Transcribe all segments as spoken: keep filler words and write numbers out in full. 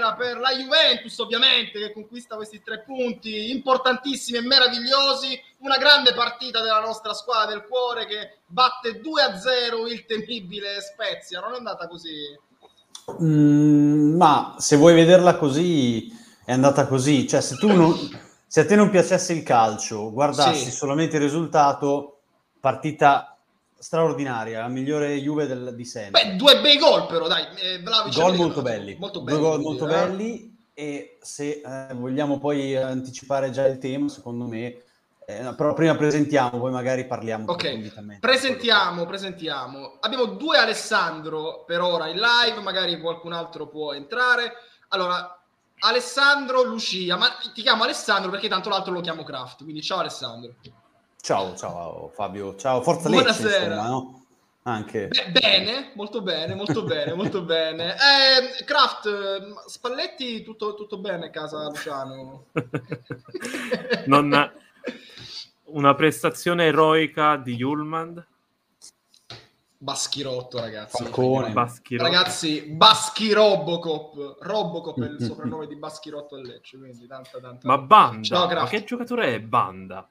sera per la Juventus, ovviamente, che conquista questi tre punti importantissimi e meravigliosi. Una grande partita della nostra squadra del cuore che batte due a zero il temibile Spezia. Non è andata così? Mm, ma se vuoi vederla così, è andata così. Cioè, se tu non, se a te non piacesse il calcio, guardassi Sì. solamente il risultato, partita straordinaria, la migliore Juve del, di sempre. Beh, due bei gol però, dai. Eh, Vlahovic Gol e molto Milik, belli, molto due belli, gol devo molto dire, eh? belli, e se eh, vogliamo poi anticipare già il tema, secondo me, eh, però prima presentiamo, poi magari parliamo Ok, approfonditamente. presentiamo, presentiamo. Abbiamo due Alessandro per ora in live, magari qualcun altro può entrare. Allora, Alessandro, Lucia, ma ti chiamo Alessandro perché tanto l'altro lo chiamo Kraft, quindi ciao Alessandro. Ciao, ciao Fabio, ciao, forza Lecce, Buonasera. insomma, no? Anche. Beh, bene, molto bene, molto bene, molto bene. Eh, Kraft, Spalletti, tutto, tutto bene a casa, Luciano? Non... Una prestazione eroica di Hjulmand. Baschirotto, ragazzi. Falcone. Baschirotto. Ragazzi, Baschi Robocop. Robocop è il soprannome di Baschirotto a Lecce, quindi tanta, tanta... Ma Banda, Ciao, ma che giocatore è Banda?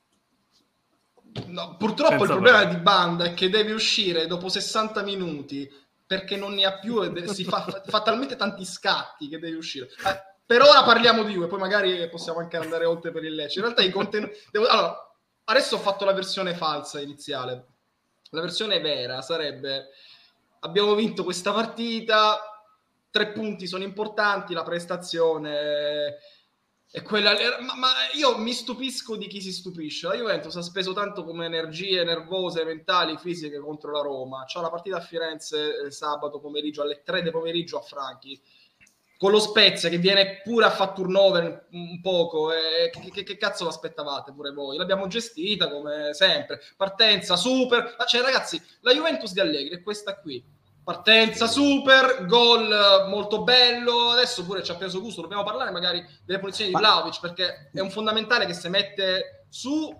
No, purtroppo Senza il problema parlare. di Banda è che deve uscire dopo sessanta minuti perché non ne ha più e si fa, fa talmente tanti scatti che deve uscire. Eh, per ora parliamo di Juve, poi magari possiamo anche andare oltre per il Lecce. In realtà i contenuti... Devo... Allora, adesso ho fatto la versione falsa iniziale. La versione vera sarebbe: abbiamo vinto questa partita, tre punti sono importanti, la prestazione è quella, ma, ma io mi stupisco di chi si stupisce. La Juventus ha speso tanto come energie nervose, mentali, fisiche contro la Roma. C'ha la partita a Firenze eh, sabato pomeriggio alle tre del pomeriggio a Franchi, con lo Spezia che viene pure a fare turnover un poco. Eh, che, che, che cazzo l'aspettavate pure voi? L'abbiamo gestita come sempre, partenza super. Cioè ragazzi, la Juventus di Allegri è questa qui: partenza super, gol molto bello. Adesso pure ci ha preso gusto, dobbiamo parlare magari delle punizioni di Vlahovic, perché è un fondamentale che si mette su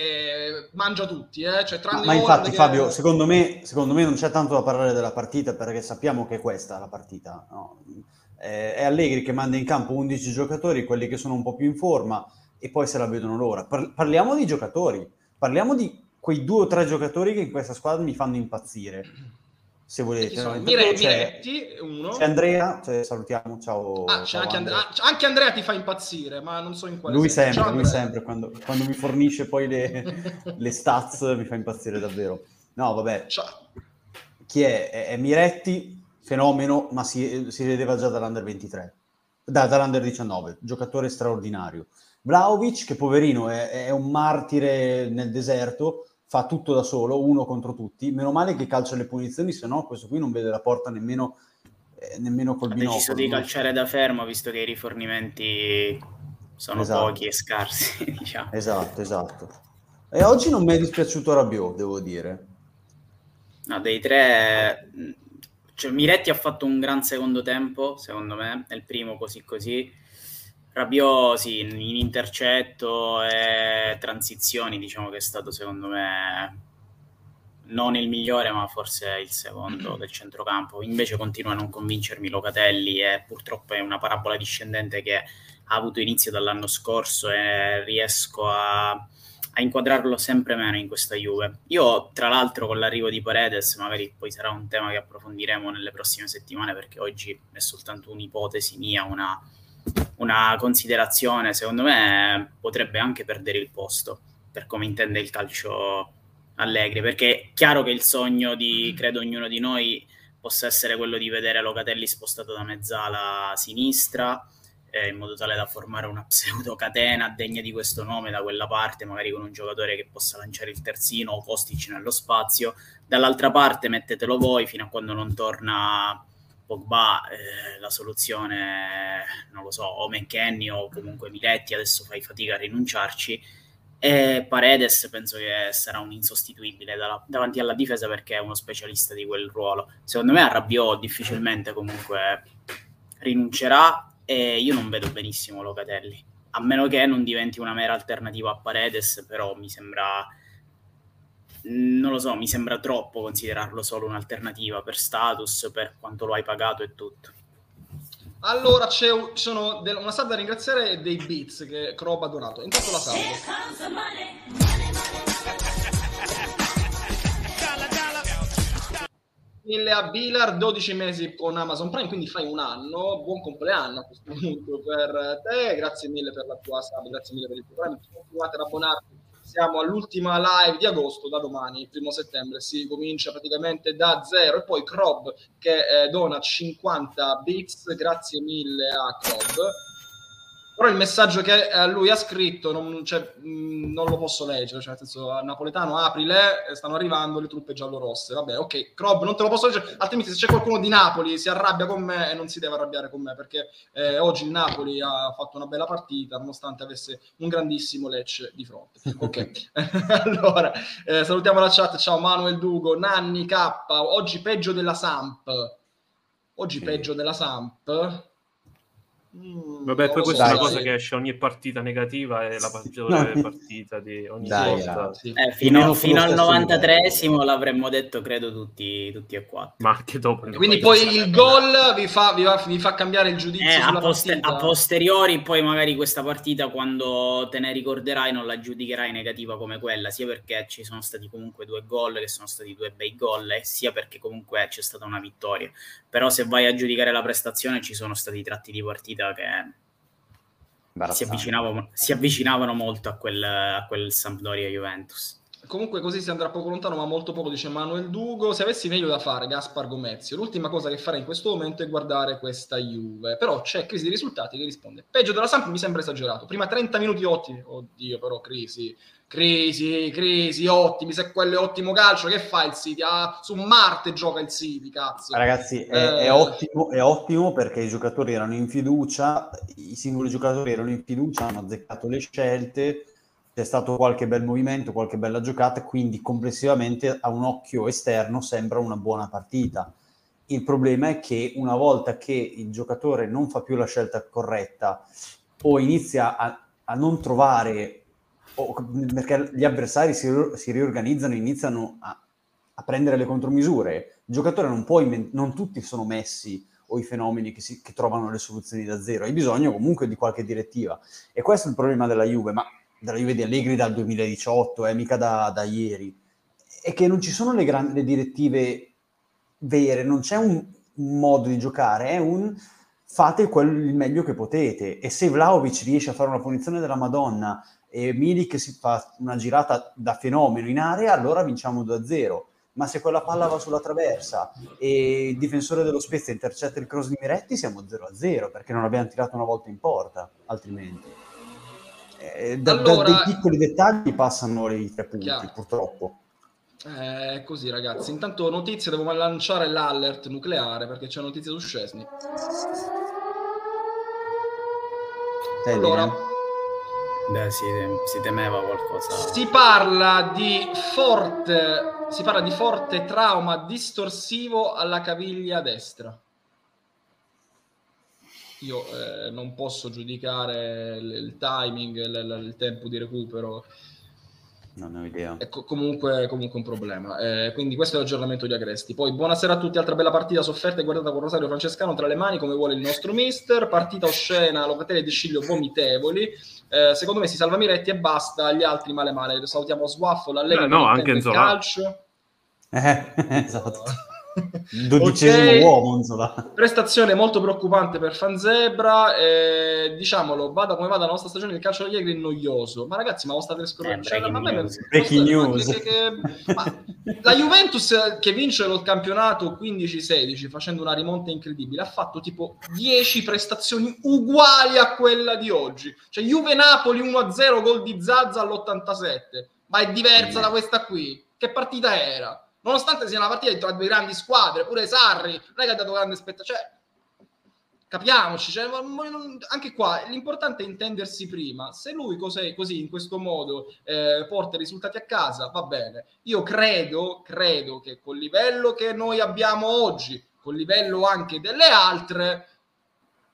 e mangia tutti, eh? Cioè, tranne ma, ma infatti che... Fabio, secondo me, secondo me non c'è tanto da parlare della partita, perché sappiamo che questa è la partita, no? Eh, è Allegri che manda in campo undici giocatori, quelli che sono un po' più in forma, e poi se la vedono l'ora. Par- parliamo di giocatori, parliamo di quei due o tre giocatori che in questa squadra mi fanno impazzire, se volete. No? Mire- c'è, Miretti, uno. c'è Andrea, cioè, salutiamo, ciao. Ah, c'è ciao anche Andrea. Andrea. Ah, anche Andrea ti fa impazzire, ma non so in quale Lui senso. sempre, Ciao, lui Andrea. sempre, quando, quando mi fornisce poi le, le stats mi fa impazzire davvero. No, vabbè. Ciao. Chi è? È, è Miretti, fenomeno, ma si, si vedeva già dall'Under ventitré, da, dall'Under diciannove, giocatore straordinario. Vlahovic, che poverino è, è un martire nel deserto, fa tutto da solo, uno contro tutti. Meno male che calcia le punizioni, se no questo qui non vede la porta nemmeno, eh, nemmeno col Ha binocolo. deciso di no? calciare da fermo, visto che i rifornimenti sono Esatto. pochi e scarsi, diciamo. Esatto, esatto. E oggi non mi è dispiaciuto Rabiot, devo dire. No, dei tre... Cioè, Miretti ha fatto un gran secondo tempo, secondo me, è il primo così così. Rabiot, sì, in intercetto e transizioni, diciamo che è stato, secondo me, non il migliore, ma forse il secondo del centrocampo. Invece continua a non convincermi Locatelli, e purtroppo è una parabola discendente che ha avuto inizio dall'anno scorso e riesco a, a inquadrarlo sempre meno in questa Juve. Io, tra l'altro, con l'arrivo di Paredes, magari poi sarà un tema che approfondiremo nelle prossime settimane, perché oggi è soltanto un'ipotesi mia, una, una considerazione. Secondo me potrebbe anche perdere il posto, per come intende il calcio Allegri, perché è chiaro che il sogno di, credo, ognuno di noi possa essere quello di vedere Locatelli spostato da mezzala a sinistra, eh, in modo tale da formare una pseudo catena degna di questo nome da quella parte, magari con un giocatore che possa lanciare il terzino o Kostic nello spazio. Dall'altra parte mettetelo voi fino a quando non torna Pogba, eh, la soluzione, non lo so, o McKennie o comunque Miretti, adesso fai fatica a rinunciarci. E Paredes penso che sarà un insostituibile dalla, davanti alla difesa, perché è uno specialista di quel ruolo. Secondo me a Rabiot difficilmente comunque rinuncerà, e io non vedo benissimo Locatelli, a meno che non diventi una mera alternativa a Paredes, però mi sembra, non lo so, mi sembra troppo considerarlo solo un'alternativa per status, per quanto lo hai pagato e tutto. Allora c'è ci sono del, una salva da ringraziare e dei bits che Crob ha donato. Intanto la salvo. Mille a Bilar, dodici mesi con Amazon Prime, quindi fai un anno. Buon compleanno a questo punto per te. Grazie mille per la tua sub, grazie mille per il tuo Prime. Continuate ad abbonarvi. Siamo all'ultima live di agosto, da domani, il primo settembre, si comincia praticamente da zero. E poi Crob che eh, dona cinquanta bits, grazie mille a Crob. Però il messaggio che eh, lui ha scritto non, cioè, mh, non lo posso leggere, cioè nel senso, a napoletano aprile, stanno arrivando le truppe giallorosse. Vabbè, ok, Crob, non te lo posso leggere, altrimenti se c'è qualcuno di Napoli si arrabbia con me e non si deve arrabbiare con me, perché eh, oggi il Napoli ha fatto una bella partita, nonostante avesse un grandissimo Lecce di fronte. Ok, allora, eh, salutiamo la chat, ciao Manuel Dugo, Nanni K, oggi peggio della Samp, oggi sì. peggio della Samp. Mm, Vabbè, poi questa dai, è una cosa sì. che esce ogni partita negativa e la peggiore no. partita di ogni dai, volta. Sì. Eh, fino fino al novantatreesimo l'avremmo detto, credo, tutti, tutti e quattro. Ma anche dopo. E quindi poi il gol vi fa, vi, va, vi fa cambiare il giudizio eh, sulla a, poster- partita? A posteriori, poi magari questa partita, quando te ne ricorderai, non la giudicherai negativa come quella, sia perché ci sono stati comunque due gol, che sono stati due bei gol, e sia perché comunque c'è stata una vittoria. Però se vai a giudicare la prestazione, ci sono stati tratti di partita che si avvicinavano, si avvicinavano molto a quel, a quel Sampdoria-Juventus. Comunque così si andrà poco lontano, ma molto poco, dice Manuel Dugo. Se avessi meglio da fare, Gaspar Gomezio, l'ultima cosa che farei in questo momento è guardare questa Juve. Però c'è crisi di risultati che risponde. Peggio della Samp mi sembra esagerato. Prima trenta minuti ottimi. Oddio, però crisi. Crisi, crisi, ottimi. Se quello è ottimo calcio, che fa il City? Ah, su Marte gioca il City, cazzo. Ragazzi, è, eh... è, ottimo, è ottimo perché i giocatori erano in fiducia, i singoli giocatori erano in fiducia, hanno azzeccato le scelte, c'è stato qualche bel movimento, qualche bella giocata, quindi complessivamente a un occhio esterno sembra una buona partita. Il problema è che una volta che il giocatore non fa più la scelta corretta o inizia a, a non trovare, o, perché gli avversari si, si riorganizzano e iniziano a, a prendere le contromisure, il giocatore non può, non tutti sono messi o i fenomeni che, si, che trovano le soluzioni da zero, hai bisogno comunque di qualche direttiva. E questo è il problema della Juve, ma della Juve di Allegri dal duemiladiciotto, eh, mica da, da ieri, è che non ci sono le, grandi, le direttive vere, non c'è un, un modo di giocare, è un fate quel, il meglio che potete, e se Vlahovic riesce a fare una punizione della Madonna e Milik si fa una girata da fenomeno in area, allora vinciamo due a zero, ma se quella palla va sulla traversa e il difensore dello Spezia intercetta il cross di Miretti, siamo zero a zero, perché non abbiamo tirato una volta in porta, altrimenti. Eh, da, allora, da dei piccoli dettagli passano i tre punti, chiaro. Purtroppo. È eh, così, ragazzi. Intanto notizie, devo lanciare l'alert nucleare perché c'è notizia su Szczesny. Allora, beh, si, si temeva qualcosa. Si parla di forte, si parla di forte trauma distorsivo alla caviglia destra. Io eh, non posso giudicare il, il timing, il, il tempo di recupero. Non ho idea. È co- comunque, comunque un problema. Eh, quindi questo è l'aggiornamento di Agresti. Poi buonasera a tutti, altra bella partita sofferta e guardata con Rosario Francescano tra le mani come vuole il nostro mister. Partita oscena, Locatelli e De Sciglio vomitevoli. Eh, secondo me si salva Miretti e basta, gli altri male male. Salutiamo Swaffo, l'Allegri, eh, no, anche in calcio. Eh, esatto. Dodicesimo okay. uomo, insomma. Prestazione molto preoccupante per Fanzebra, eh, diciamolo, vada come vada la nostra stagione, il calcio degli Allegri è noioso, ma ragazzi, ma lo state scorrendo, eh, cioè, ma news. Me, breaking news che, che, ma la Juventus che vince il campionato quindici sedici facendo una rimonta incredibile ha fatto tipo dieci prestazioni uguali a quella di oggi, cioè Juve-Napoli uno a zero, gol di Zaza all'ottantasette, ma è diversa mm. da questa qui. Che partita era? Nonostante sia una partita tra due grandi squadre, pure Sarri non è che ha dato grande aspettativa, cioè capiamoci, cioè, anche qua l'importante è intendersi prima. Se lui così, così in questo modo eh, porta i risultati a casa, va bene. Io credo, credo che col livello che noi abbiamo oggi, col livello anche delle altre,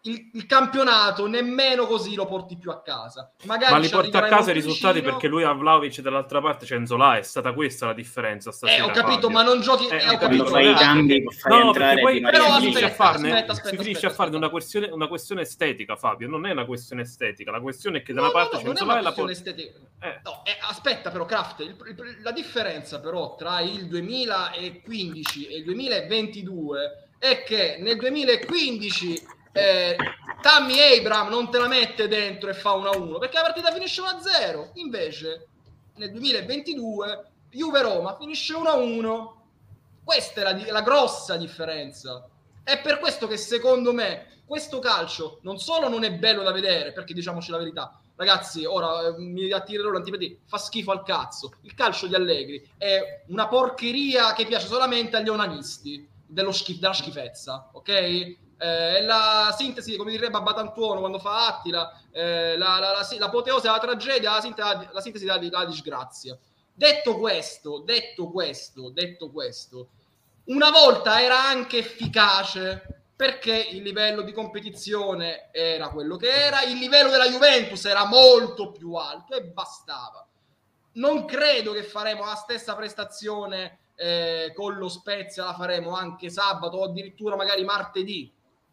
il, il campionato nemmeno così lo porti più a casa. Magari ma li porta a casa i risultati vicino. Perché lui ha Vlahovic dall'altra parte c'è Nzola, è stata questa la differenza stasera. Eh, ho capito, Fabio. ma non giochi... Eh, Eh, ho quando capito. fai i eh, cambi fai no, entrare perché poi Di si Maria. finisce a aspetta, farne, aspetta, aspetta, si finisce aspetta, a farne aspetta. una questione, una questione estetica, Fabio. Non è una questione estetica, la questione è che da No, una parte no, c'è no, non è Nzola una e la questione porta... estetica. Eh. No, eh, aspetta però, Kraft, il- il- la differenza però tra il duemilaquindici e il duemilaventidue è che nel duemilaquindici eh, Tammy Abraham non te la mette dentro e fa uno a uno perché la partita finisce uno a zero, invece nel duemilaventidue Juve-Roma finisce uno a uno. Questa è la, la grossa differenza. È per questo che secondo me questo calcio non solo non è bello da vedere, perché diciamoci la verità, ragazzi, ora eh, mi attirerò l'antipatia, fa schifo al cazzo. Il calcio di Allegri è una porcheria che piace solamente agli onanisti dello schif- della schifezza, ok? Eh, è la sintesi, come direbbe Abbatantuono quando fa Attila, eh, la, la, la, l'apoteosi della tragedia, la sintesi, la sintesi della, della disgrazia. Detto questo, detto questo, detto questo, una volta era anche efficace perché il livello di competizione era quello che era, il livello della Juventus era molto più alto e bastava. Non credo che faremo la stessa prestazione eh, con lo Spezia, la faremo anche sabato o addirittura magari martedì,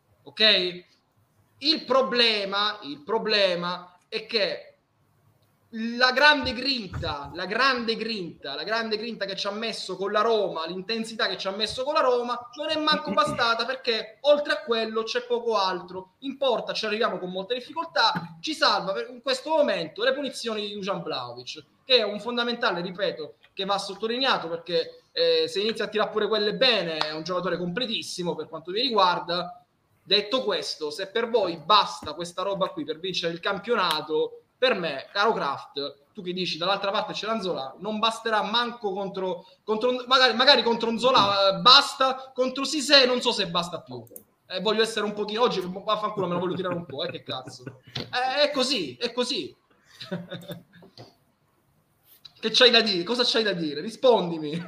ok? Il problema, il problema è che la grande grinta, la grande grinta, la grande grinta che ci ha messo con la Roma, l'intensità che ci ha messo con la Roma, non è manco bastata perché oltre a quello c'è poco altro. In porta ci arriviamo con molte difficoltà, ci salva in questo momento le punizioni di Dusan Vlahovic, che è un fondamentale, ripeto, che va sottolineato perché eh, se inizia a tirare pure quelle bene è un giocatore completissimo per quanto mi riguarda. Detto questo, se per voi basta questa roba qui per vincere il campionato, per me, caro Kraft, tu che dici dall'altra parte c'è Nzola, non basterà manco contro, contro magari, magari contro Nzola eh, basta, contro Sisè non so se basta più. Eh, voglio essere un pochino, oggi vaffanculo me la voglio tirare un po', eh, che cazzo. Eh, è così, è così. Che c'hai da dire? Cosa c'hai da dire? Rispondimi.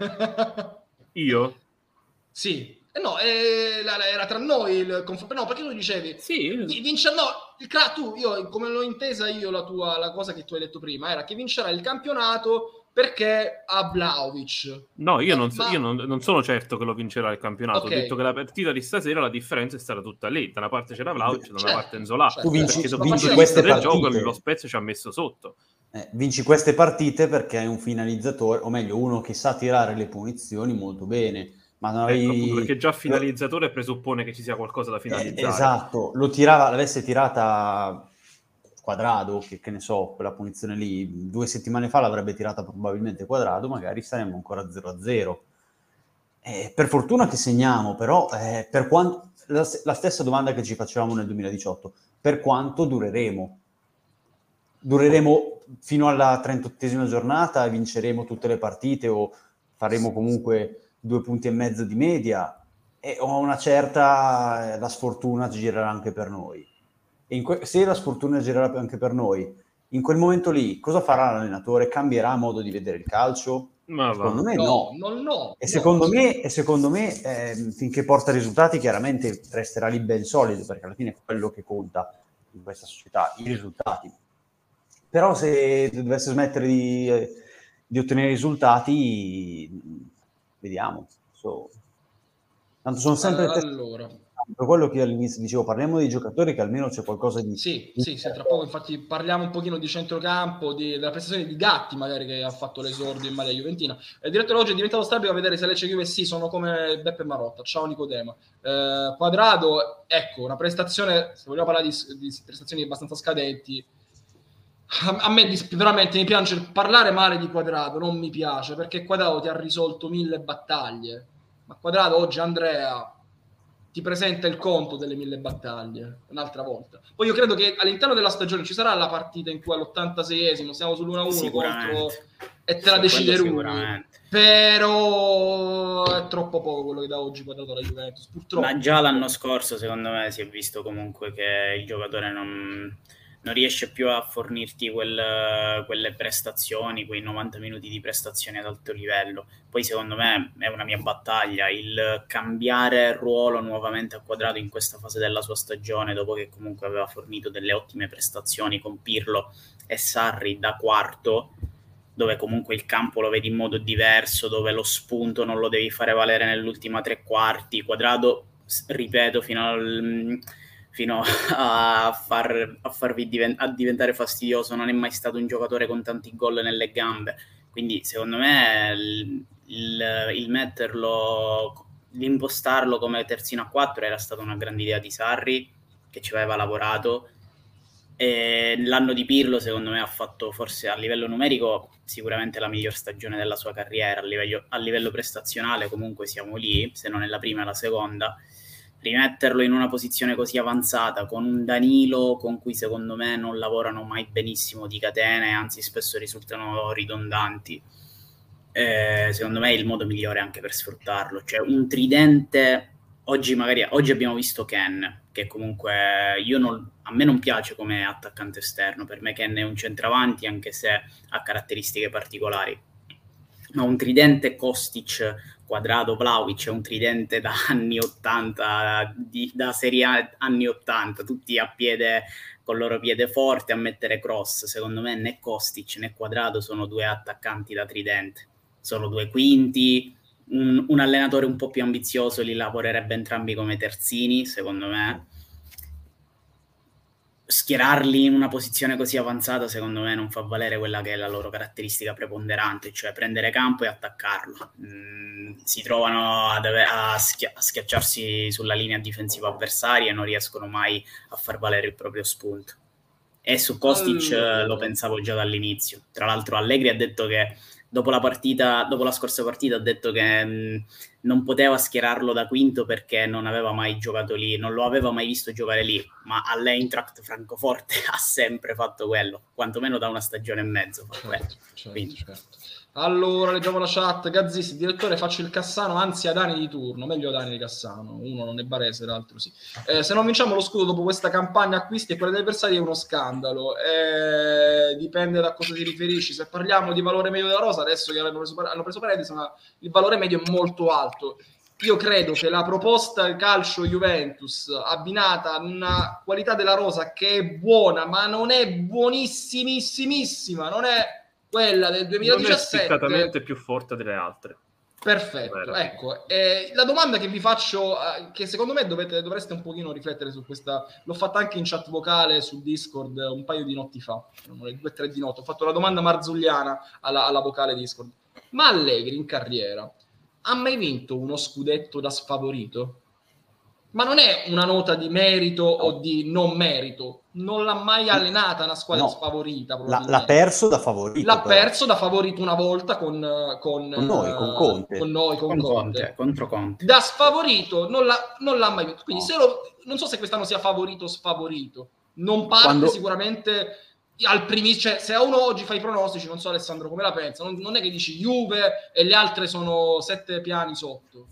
Io? Sì. Eh no, eh, era tra noi il confronto. No, perché tu dicevi sì. vince no, il cra- tu, io come l'ho intesa io la tua la cosa che tu hai detto prima era che vincerà il campionato perché ha Vlahovic. No, io, eh, non, ma... io non, non sono certo che lo vincerà il campionato. Okay. Ho detto che la partita di stasera la differenza è stata tutta lì. Da una parte c'era Vlahovic, da una certo, parte Nzola. Certo. Tu vinci, perché vinci queste del partite. Gioco, lo Spezia ci ha messo sotto. Eh, vinci queste partite perché hai un finalizzatore, o meglio, uno che sa tirare le punizioni molto bene. Ma noi... ecco, perché già finalizzatore presuppone che ci sia qualcosa da finalizzare. Eh, esatto, lo tirava, l'avesse tirata Quadrado, che, che ne so, quella punizione lì, due settimane fa l'avrebbe tirata probabilmente Quadrado, magari saremmo ancora zero a zero. Eh, per fortuna che segniamo, però, eh, per quanto, la, la stessa domanda che ci facevamo nel duemiladiciotto, per quanto dureremo? Dureremo fino alla trentottesima giornata e vinceremo tutte le partite o faremo comunque due punti e mezzo di media e ho una certa eh, la sfortuna girerà anche per noi e in que- se la sfortuna girerà anche per noi in quel momento lì cosa farà l'allenatore? Cambierà modo di vedere il calcio? Ma secondo va. me no, no, no, no e secondo no. me, e secondo me eh, finché porta risultati chiaramente resterà lì ben solido perché alla fine è quello che conta in questa società, i risultati. Però se dovesse smettere di, eh, di ottenere risultati vediamo. So, tanto sono sempre allora. per quello che all'inizio dicevo, parliamo dei giocatori che almeno c'è qualcosa di... Sì, di sì, sì, tra poco infatti parliamo un pochino di centrocampo, di, della prestazione di Gatti magari che ha fatto l'esordio in maglia juventina. Il direttore oggi è diventato stabile a vedere se Lecce e Juve sì, sono come Beppe Marotta. Ciao Nicodema. Eh, Quadrado, ecco, una prestazione, se vogliamo parlare di, di prestazioni abbastanza scadenti, a, a me veramente mi piace parlare male di Quadrado, non mi piace, perché Quadrado ti ha risolto mille battaglie, ma Quadrado oggi Andrea ti presenta il conto delle mille battaglie un'altra volta. Poi io credo che all'interno della stagione ci sarà la partita in cui all'ottantaseiesimo siamo sull'uno a uno contro e te la decide lui, però è troppo poco quello che da oggi Quadrado alla Juventus, purtroppo. Ma già l'anno scorso secondo me si è visto comunque che il giocatore non, non riesce più a fornirti quel, quelle prestazioni, quei novanta minuti di prestazioni ad alto livello. Poi secondo me è una mia battaglia il cambiare ruolo nuovamente a Quadrado in questa fase della sua stagione, dopo che comunque aveva fornito delle ottime prestazioni con Pirlo e Sarri da quarto, dove comunque il campo lo vedi in modo diverso, dove lo spunto non lo devi fare valere nell'ultima tre quarti. Quadrado, ripeto, fino al... fino a, far, a farvi divent- a diventare fastidioso, non è mai stato un giocatore con tanti gol nelle gambe, quindi secondo me il, il, il metterlo, l'impostarlo come terzino a quattro era stata una grande idea di Sarri, che ci aveva lavorato, e l'anno di Pirlo secondo me ha fatto forse a livello numerico sicuramente la miglior stagione della sua carriera, a livello, a livello prestazionale comunque siamo lì, se non è la prima è la seconda. Rimetterlo in una posizione così avanzata con un Danilo con cui secondo me non lavorano mai benissimo di catene, anzi spesso risultano ridondanti, eh, secondo me è il modo migliore anche per sfruttarlo, cioè un tridente. Oggi magari oggi abbiamo visto Ken, che comunque io non, a me non piace come attaccante esterno, per me Ken è un centravanti anche se ha caratteristiche particolari, ma un tridente Kostic, Quadrado, Vlahovic è un tridente da anni ottanta, di, da Serie A anni ottanta, tutti a piede, con il loro piede forte a mettere cross. Secondo me né Kostic né Quadrado sono due attaccanti da tridente, sono due quinti. Un, un allenatore un po' più ambizioso li lavorerebbe entrambi come terzini, secondo me. Schierarli in una posizione così avanzata secondo me non fa valere quella che è la loro caratteristica preponderante, cioè prendere campo e attaccarlo. Mm, si trovano a, deve- a, schia- a schiacciarsi sulla linea difensiva avversaria e non riescono mai a far valere il proprio spunto. E su Kostic allora. eh, lo pensavo già dall'inizio. Tra l'altro Allegri ha detto che dopo la partita, dopo la scorsa partita ha detto che mh, non poteva schierarlo da quinto perché non aveva mai giocato lì, non lo aveva mai visto giocare lì, ma all'Eintracht Francoforte ha sempre fatto quello, quantomeno da una stagione e mezzo fa quello. Certo, certo, certo. Allora, leggiamo la chat. Gazzis, direttore, faccio il Cassano, anzi ad Ani di turno, meglio ad Ani di Cassano, uno non è barese, l'altro sì. Eh, se non vinciamo lo scudo dopo questa campagna acquisti e quella degli avversari è uno scandalo, eh, dipende da cosa ti riferisci. Se parliamo di valore medio della rosa, adesso che hanno preso, hanno preso Paredes, ma il valore medio è molto alto. Io credo che la proposta calcio Juventus abbinata ad una qualità della rosa che è buona, ma non è buonissimissimissima, non è quella del duemiladiciassette, non è spiccatamente più forte delle altre. Perfetto, Vero. ecco, eh, la domanda che vi faccio, eh, che secondo me dovete, dovreste un pochino riflettere su questa, l'ho fatta anche in chat vocale su Discord un paio di notti fa, due o tre di notte, ho fatto la domanda marzulliana alla, alla vocale Discord, ma Allegri in carriera ha mai vinto uno scudetto da sfavorito? Ma non è una nota di merito o di non merito, non l'ha mai allenata una squadra no. sfavorita. L'ha perso da favorito. L'ha però. perso da favorito una volta con, con, con noi, con Conte. Con noi, con, con Conte. Conte. Contro Conte. Da sfavorito non l'ha, non l'ha mai vinto. Quindi no. se lo, non so se quest'anno sia favorito o sfavorito. Non parte Quando... sicuramente al primi, cioè, se a uno oggi fa i pronostici, non so Alessandro come la pensa, non, non è che dici Juve e le altre sono sette piani sotto.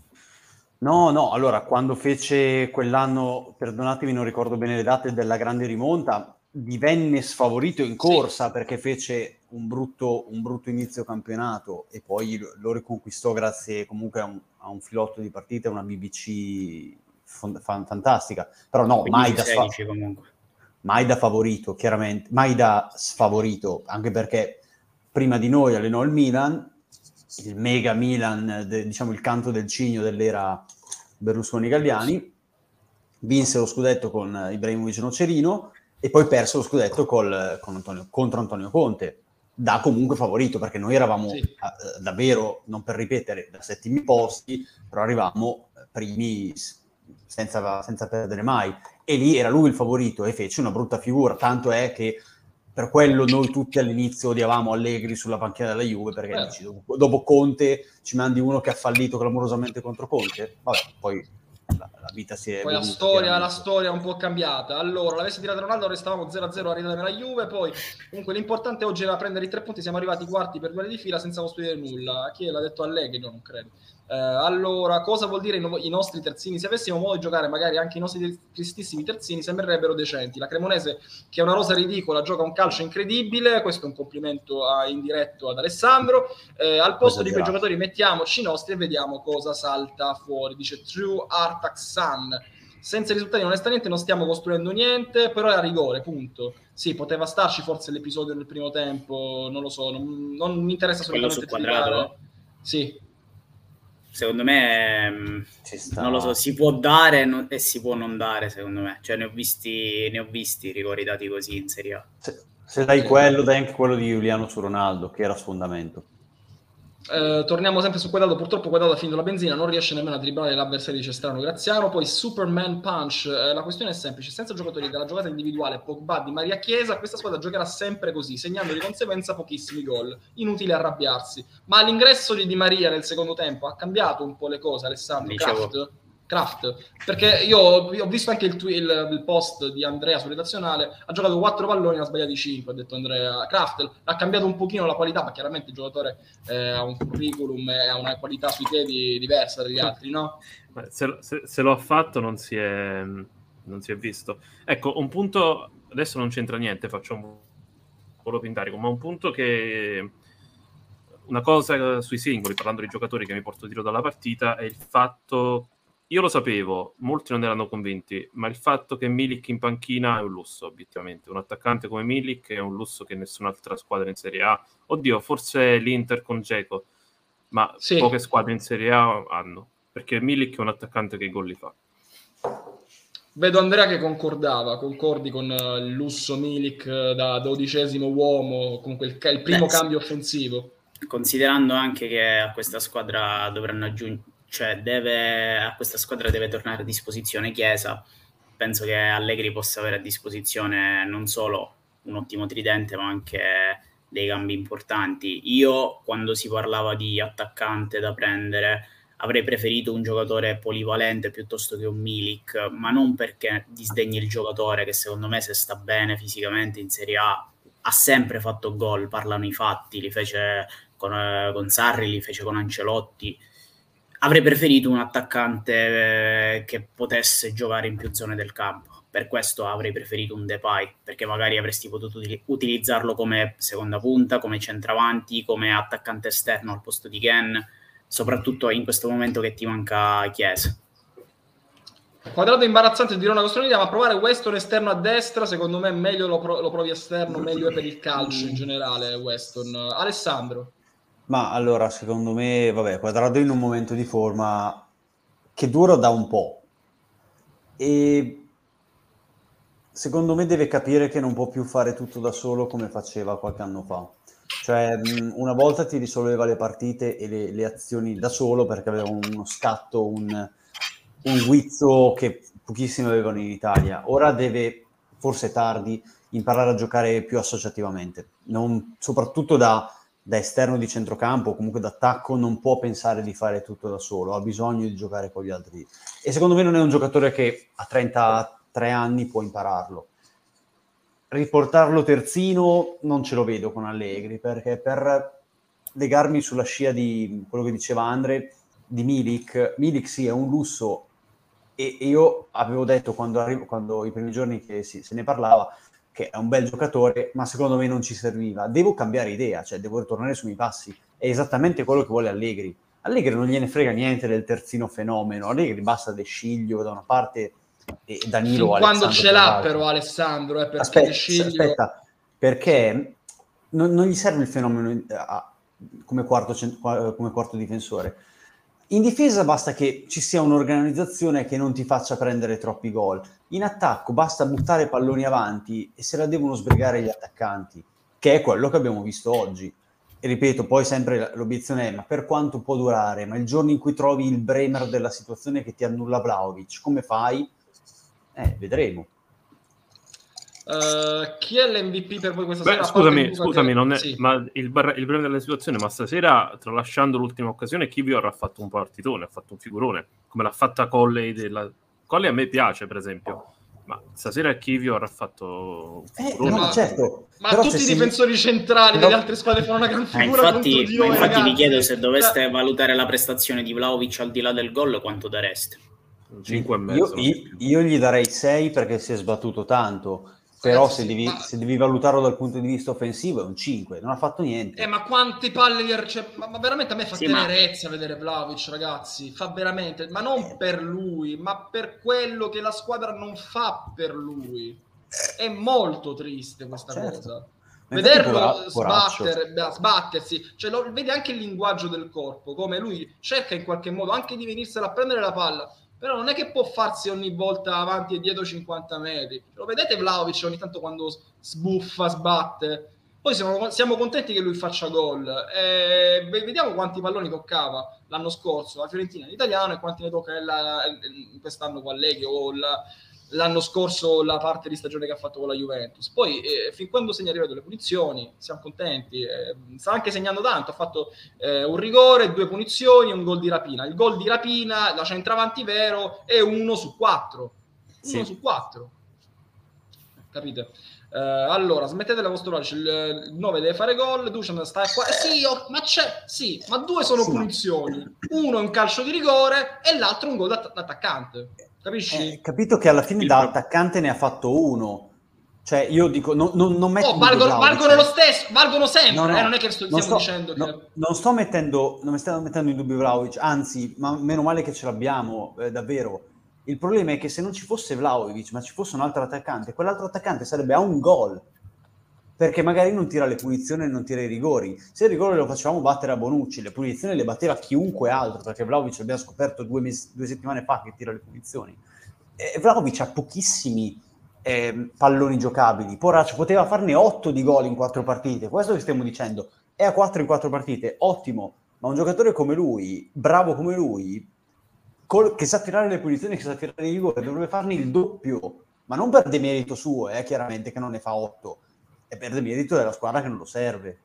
No, no, allora, quando fece quell'anno, perdonatemi, non ricordo bene le date, della grande rimonta, divenne sfavorito in corsa sì. perché fece un brutto, un brutto inizio campionato e poi lo riconquistò grazie comunque a un, a un filotto di partita, una B B C fond- fantastica. Però no, mai da, sfa- mai da favorito, chiaramente, mai da sfavorito, anche perché prima di noi allenò il Milan, il mega Milan, de, diciamo il canto del cigno dell'era Berlusconi-Galliani, vinse lo scudetto con Ibrahimovic Nocerino e poi perse lo scudetto col, con Antonio, contro Antonio Conte, da comunque favorito, perché noi eravamo sì. eh, davvero, non per ripetere, da settimi posti, però arrivavamo primi senza, senza perdere mai, e lì era lui il favorito e fece una brutta figura, tanto è che per quello noi tutti all'inizio odiavamo Allegri sulla panchina della Juve, perché eh. dici, dopo, dopo Conte ci mandi uno che ha fallito clamorosamente contro Conte. Vabbè, poi la, la vita si è poi la storia, la storia è un po' cambiata. Allora, l'avessi tirato Ronaldo, restavamo zero a zero a ridere nella Juve. Poi, comunque, l'importante oggi era prendere i tre punti. Siamo arrivati quarti per due anni di fila senza costruire nulla. Chi l'ha detto? Allegri? No, non credo. Eh, allora, cosa vuol dire i, no- i nostri terzini? Se avessimo modo di giocare, magari anche i nostri tristissimi terzini sembrerebbero decenti. La Cremonese, che è una rosa ridicola, gioca un calcio incredibile. Questo è un complimento a, indiretto ad Alessandro. Eh, al posto di quei giocatori mettiamoci i nostri e vediamo cosa salta fuori. Dice True Artaxan. Senza risultati onestamente non stiamo costruendo niente, però è a rigore, punto. Sì, poteva starci forse l'episodio nel primo tempo, non lo so, non, non mi interessa assolutamente giudicare. Sì. Secondo me, non lo so, si può dare no, e si può non dare, secondo me. Cioè, ne ho visti, ne ho visti rigori dati così in Serie A. Se, se dai quello, dai anche quello di Giuliano su Ronaldo, che era sfondamento. Eh, torniamo sempre su Quadrado. Purtroppo Quadrado ha finito la benzina, non riesce nemmeno a dribblare l'avversario, dice Strano Graziano. Poi Superman Punch, eh, la questione è semplice: senza giocatori della giocata individuale Pogba, Di Maria, Chiesa, questa squadra giocherà sempre così, segnando di conseguenza pochissimi gol. Inutile arrabbiarsi. Ma l'ingresso di Di Maria nel secondo tempo ha cambiato un po' le cose, Alessandro? Kraft? Kraft, perché io, io ho visto anche il, tweet, il, il post di Andrea su redazionale, ha giocato quattro palloni, ne ha sbagliati cinque, ha detto Andrea. Kraft ha cambiato un pochino la qualità, ma chiaramente il giocatore eh, ha un curriculum e ha una qualità sui piedi diversa dagli altri, no? Se, se, se lo ha fatto non si è, non si è visto. Ecco, un punto, adesso non c'entra niente, faccio un volo pindarico, ma un punto che... Una cosa sui singoli, parlando di giocatori che mi porto tiro dalla partita, è il fatto... Io lo sapevo, molti non erano convinti, ma il fatto che Milik in panchina è un lusso, obiettivamente. Un attaccante come Milik è un lusso che nessun'altra squadra in Serie A, oddio, forse l'Inter con Dzeko, ma sì, poche squadre in Serie A hanno, perché Milik è un attaccante che i gol li fa. Vedo Andrea che concordava, concordi con il lusso Milik da dodicesimo uomo, comunque il, il primo Beh, cambio offensivo. Considerando anche che a questa squadra dovranno aggiungere, cioè deve, a questa squadra deve tornare a disposizione Chiesa, penso che Allegri possa avere a disposizione non solo un ottimo tridente ma anche dei cambi importanti. Io quando si parlava di attaccante da prendere avrei preferito un giocatore polivalente piuttosto che un Milik, ma non perché disdegni il giocatore, che secondo me se sta bene fisicamente in Serie A ha sempre fatto gol, parlano i fatti, li fece con, eh, con Sarri, li fece con Ancelotti. Avrei preferito un attaccante eh, che potesse giocare in più zone del campo. Per questo avrei preferito un Depay, perché magari avresti potuto util- utilizzarlo come seconda punta, come centravanti, come attaccante esterno al posto di Ken, soprattutto in questo momento che ti manca Chiesa. Quadrato imbarazzante, dirò una costruita, ma provare Weston esterno a destra, secondo me meglio lo, pro- lo provi esterno, meglio è per il calcio in generale Weston. Alessandro? Ma allora, secondo me, vabbè, Quadrado in un momento di forma che dura da un po'. E secondo me deve capire che non può più fare tutto da solo come faceva qualche anno fa. Cioè, una volta ti risolveva le partite e le, le azioni da solo perché aveva uno scatto, un, un guizzo che pochissimi avevano in Italia. Ora deve, forse tardi, imparare a giocare più associativamente. Non, soprattutto da... da esterno di centrocampo o comunque d'attacco non può pensare di fare tutto da solo, ha bisogno di giocare con gli altri. E secondo me non è un giocatore che a trentatré anni può impararlo. Riportarlo terzino non ce lo vedo con Allegri, perché per legarmi sulla scia di quello che diceva Andre, di Milik, Milik sì è un lusso e, e io avevo detto quando, arrivo, quando i primi giorni che si, se ne parlava che è un bel giocatore, ma secondo me non ci serviva. Devo cambiare idea, cioè devo ritornare sui miei passi. È esattamente quello che vuole Allegri. Allegri non gliene frega niente del terzino fenomeno. Allegri basta De Sciglio da una parte e Danilo. Fin quando ce l'ha però Alessandro, eh, perché aspetta, De Sciglio... aspetta, perché non, non gli serve il fenomeno a, come, quarto, come quarto difensore. In difesa basta che ci sia un'organizzazione che non ti faccia prendere troppi gol. In attacco basta buttare palloni avanti e se la devono sbrigare gli attaccanti, che è quello che abbiamo visto oggi. E ripeto, poi sempre l'obiezione è: ma per quanto può durare? Ma il giorno in cui trovi il Bremer della situazione che ti annulla Vlahovic, come fai? Eh, vedremo. Uh, chi è l'M V P per voi questa Beh, sera? scusami, scusami, che... non è, sì. ma il, bar, il breve della situazione, ma stasera, tralasciando l'ultima occasione, Kiwior ha fatto un partitone, ha fatto un figurone, come l'ha fatta Colley. Della... Colley a me piace, per esempio, ma stasera Kiwior ha fatto un figurone. Eh, no, ma certo. Ma Però tutti i si... difensori centrali però... delle altre squadre fanno una gran figura infatti, contro di ma noi, infatti ragazzi. vi chiedo, se doveste valutare la prestazione di Vlahovic al di là del gol, quanto dareste? cinque e mezzo. Io, io, io gli darei sei perché si è sbattuto tanto. Però Ragazzi, se, devi, ma... se devi valutarlo dal punto di vista offensivo è un cinque, non ha fatto niente. Eh, ma quante palle gli cioè, ma, ma veramente a me fa sì, tenerezza ma... vedere Vlahovic, ragazzi, fa veramente, ma non per lui, ma per quello che la squadra non fa per lui. È molto triste questa certo. cosa. Ma vederlo poraccio. sbattere, sbattersi, cioè lo, vedi anche il linguaggio del corpo, come lui cerca in qualche modo anche di venirsela a prendere la palla, però non è che può farsi ogni volta avanti e dietro cinquanta metri. Lo vedete Vlahovic ogni tanto quando sbuffa, sbatte? Poi siamo, siamo contenti che lui faccia gol. Eh, vediamo quanti palloni toccava l'anno scorso la Fiorentina in italiano e quanti ne tocca la, quest'anno con Allegri o la, l'anno scorso la parte di stagione che ha fatto con la Juventus. Poi eh, fin quando segna arriva delle punizioni siamo contenti, eh, sta anche segnando tanto, ha fatto eh, un rigore, due punizioni e un gol di rapina. Il gol di rapina, la centravanti vero, è uno su quattro, sì. uno su quattro, capite? Uh, allora smettete la vostra il, il nove deve fare gol, Dusan sta qua, eh, sì, oh, ma c'è, sì, ma due sono sì, punizioni, ma... uno è un calcio di rigore e l'altro un gol d'attaccante, capisci? Eh, capito che alla fine il da pro... attaccante ne ha fatto uno, cioè io dico non, non, non metto oh, valgono, valgono lo stesso, valgono sempre, no, no, eh, non è che sto, non stiamo sto, dicendo no, che... non sto mettendo non mi stiamo mettendo in dubbio Vlahovic, anzi, ma meno male che ce l'abbiamo, eh, davvero. Il problema è che se non ci fosse Vlahovic, ma ci fosse un altro attaccante, quell'altro attaccante sarebbe a un gol, perché magari non tira le punizioni e non tira i rigori. Se il rigore lo facevamo battere a Bonucci, le punizioni le batteva chiunque altro, perché Vlahovic l'abbiamo scoperto due, mesi, due settimane fa che tira le punizioni. E Vlahovic ha pochissimi eh, palloni giocabili, poraccio, poteva farne otto di gol in quattro partite, questo che stiamo dicendo, è a quattro in quattro partite, ottimo, ma un giocatore come lui, bravo come lui, Col, che sa tirare le punizioni, che sa tirare i rigori, dovrebbe farne il doppio, ma non per demerito suo, eh, chiaramente che non ne fa otto, è per demerito della squadra che non lo serve.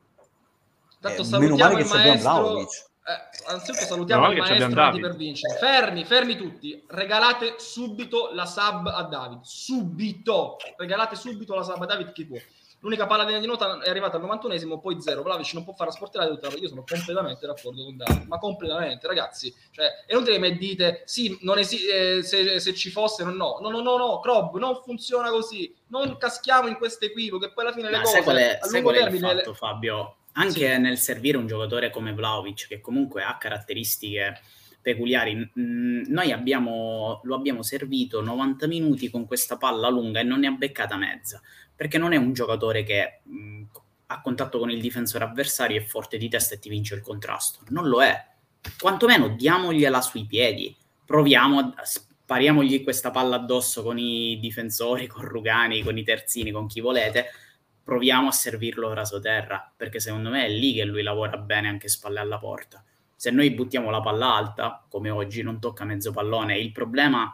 Tanto eh, meno male che il maestro, eh, anzitutto salutiamo no, il maestro nati per vincere. Fermi, fermi tutti, regalate subito la sub a David, subito, regalate subito la sub a David chi può. L'unica palla di nota è arrivata al novantunesimo, poi zero. Vlahovic non può fare la sportellata tutta. Io sono completamente d'accordo con David, ma completamente, ragazzi. Cioè, è inutile che mi dite, sì, non esi- eh, se, se ci fosse, no, no, no, no, no, no, Crob, non funziona così. Non caschiamo in questo equivoco, che poi alla fine le ma cose... Sai qual è, a sai lungo qual è il termine, fatto, Fabio? Anche sì. Nel servire un giocatore come Vlahovic, che comunque ha caratteristiche peculiari, mh, noi abbiamo, lo abbiamo servito novanta minuti con questa palla lunga e non ne ha beccata mezza, perché non è un giocatore che mh, a contatto con il difensore avversario è forte di testa e ti vince il contrasto, non lo è, quantomeno diamogliela sui piedi, proviamo a spariamogli questa palla addosso con i difensori, con Rugani, con i terzini, con chi volete, proviamo a servirlo rasoterra, perché secondo me è lì che lui lavora bene anche spalle alla porta. Se noi buttiamo la palla alta, come oggi, non tocca mezzo pallone. Il problema,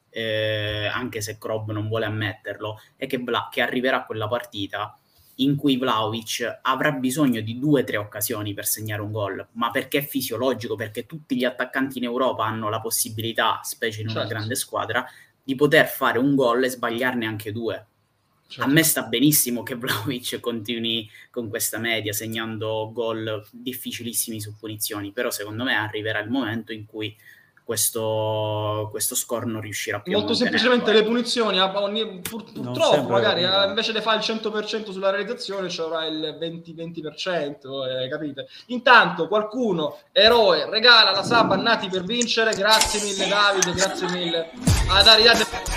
eh, anche se Krob non vuole ammetterlo, è che, Vla- che arriverà quella partita in cui Vlahovic avrà bisogno di due o tre occasioni per segnare un gol, ma perché è fisiologico, perché tutti gli attaccanti in Europa hanno la possibilità, specie in una certo. grande squadra, di poter fare un gol e sbagliarne anche due. Certo. A me sta benissimo che Vlahovic continui con questa media segnando gol difficilissimi su punizioni, però secondo me arriverà il momento in cui questo, questo score non riuscirà più molto a semplicemente le punizioni ogni, pur, purtroppo magari eh, invece di fare il cento per cento sulla realizzazione ci avrà il venti venti per cento, eh, capite? Intanto qualcuno, eroe, regala la sub a Nati per vincere. Grazie mille Davide, grazie mille a Daridate.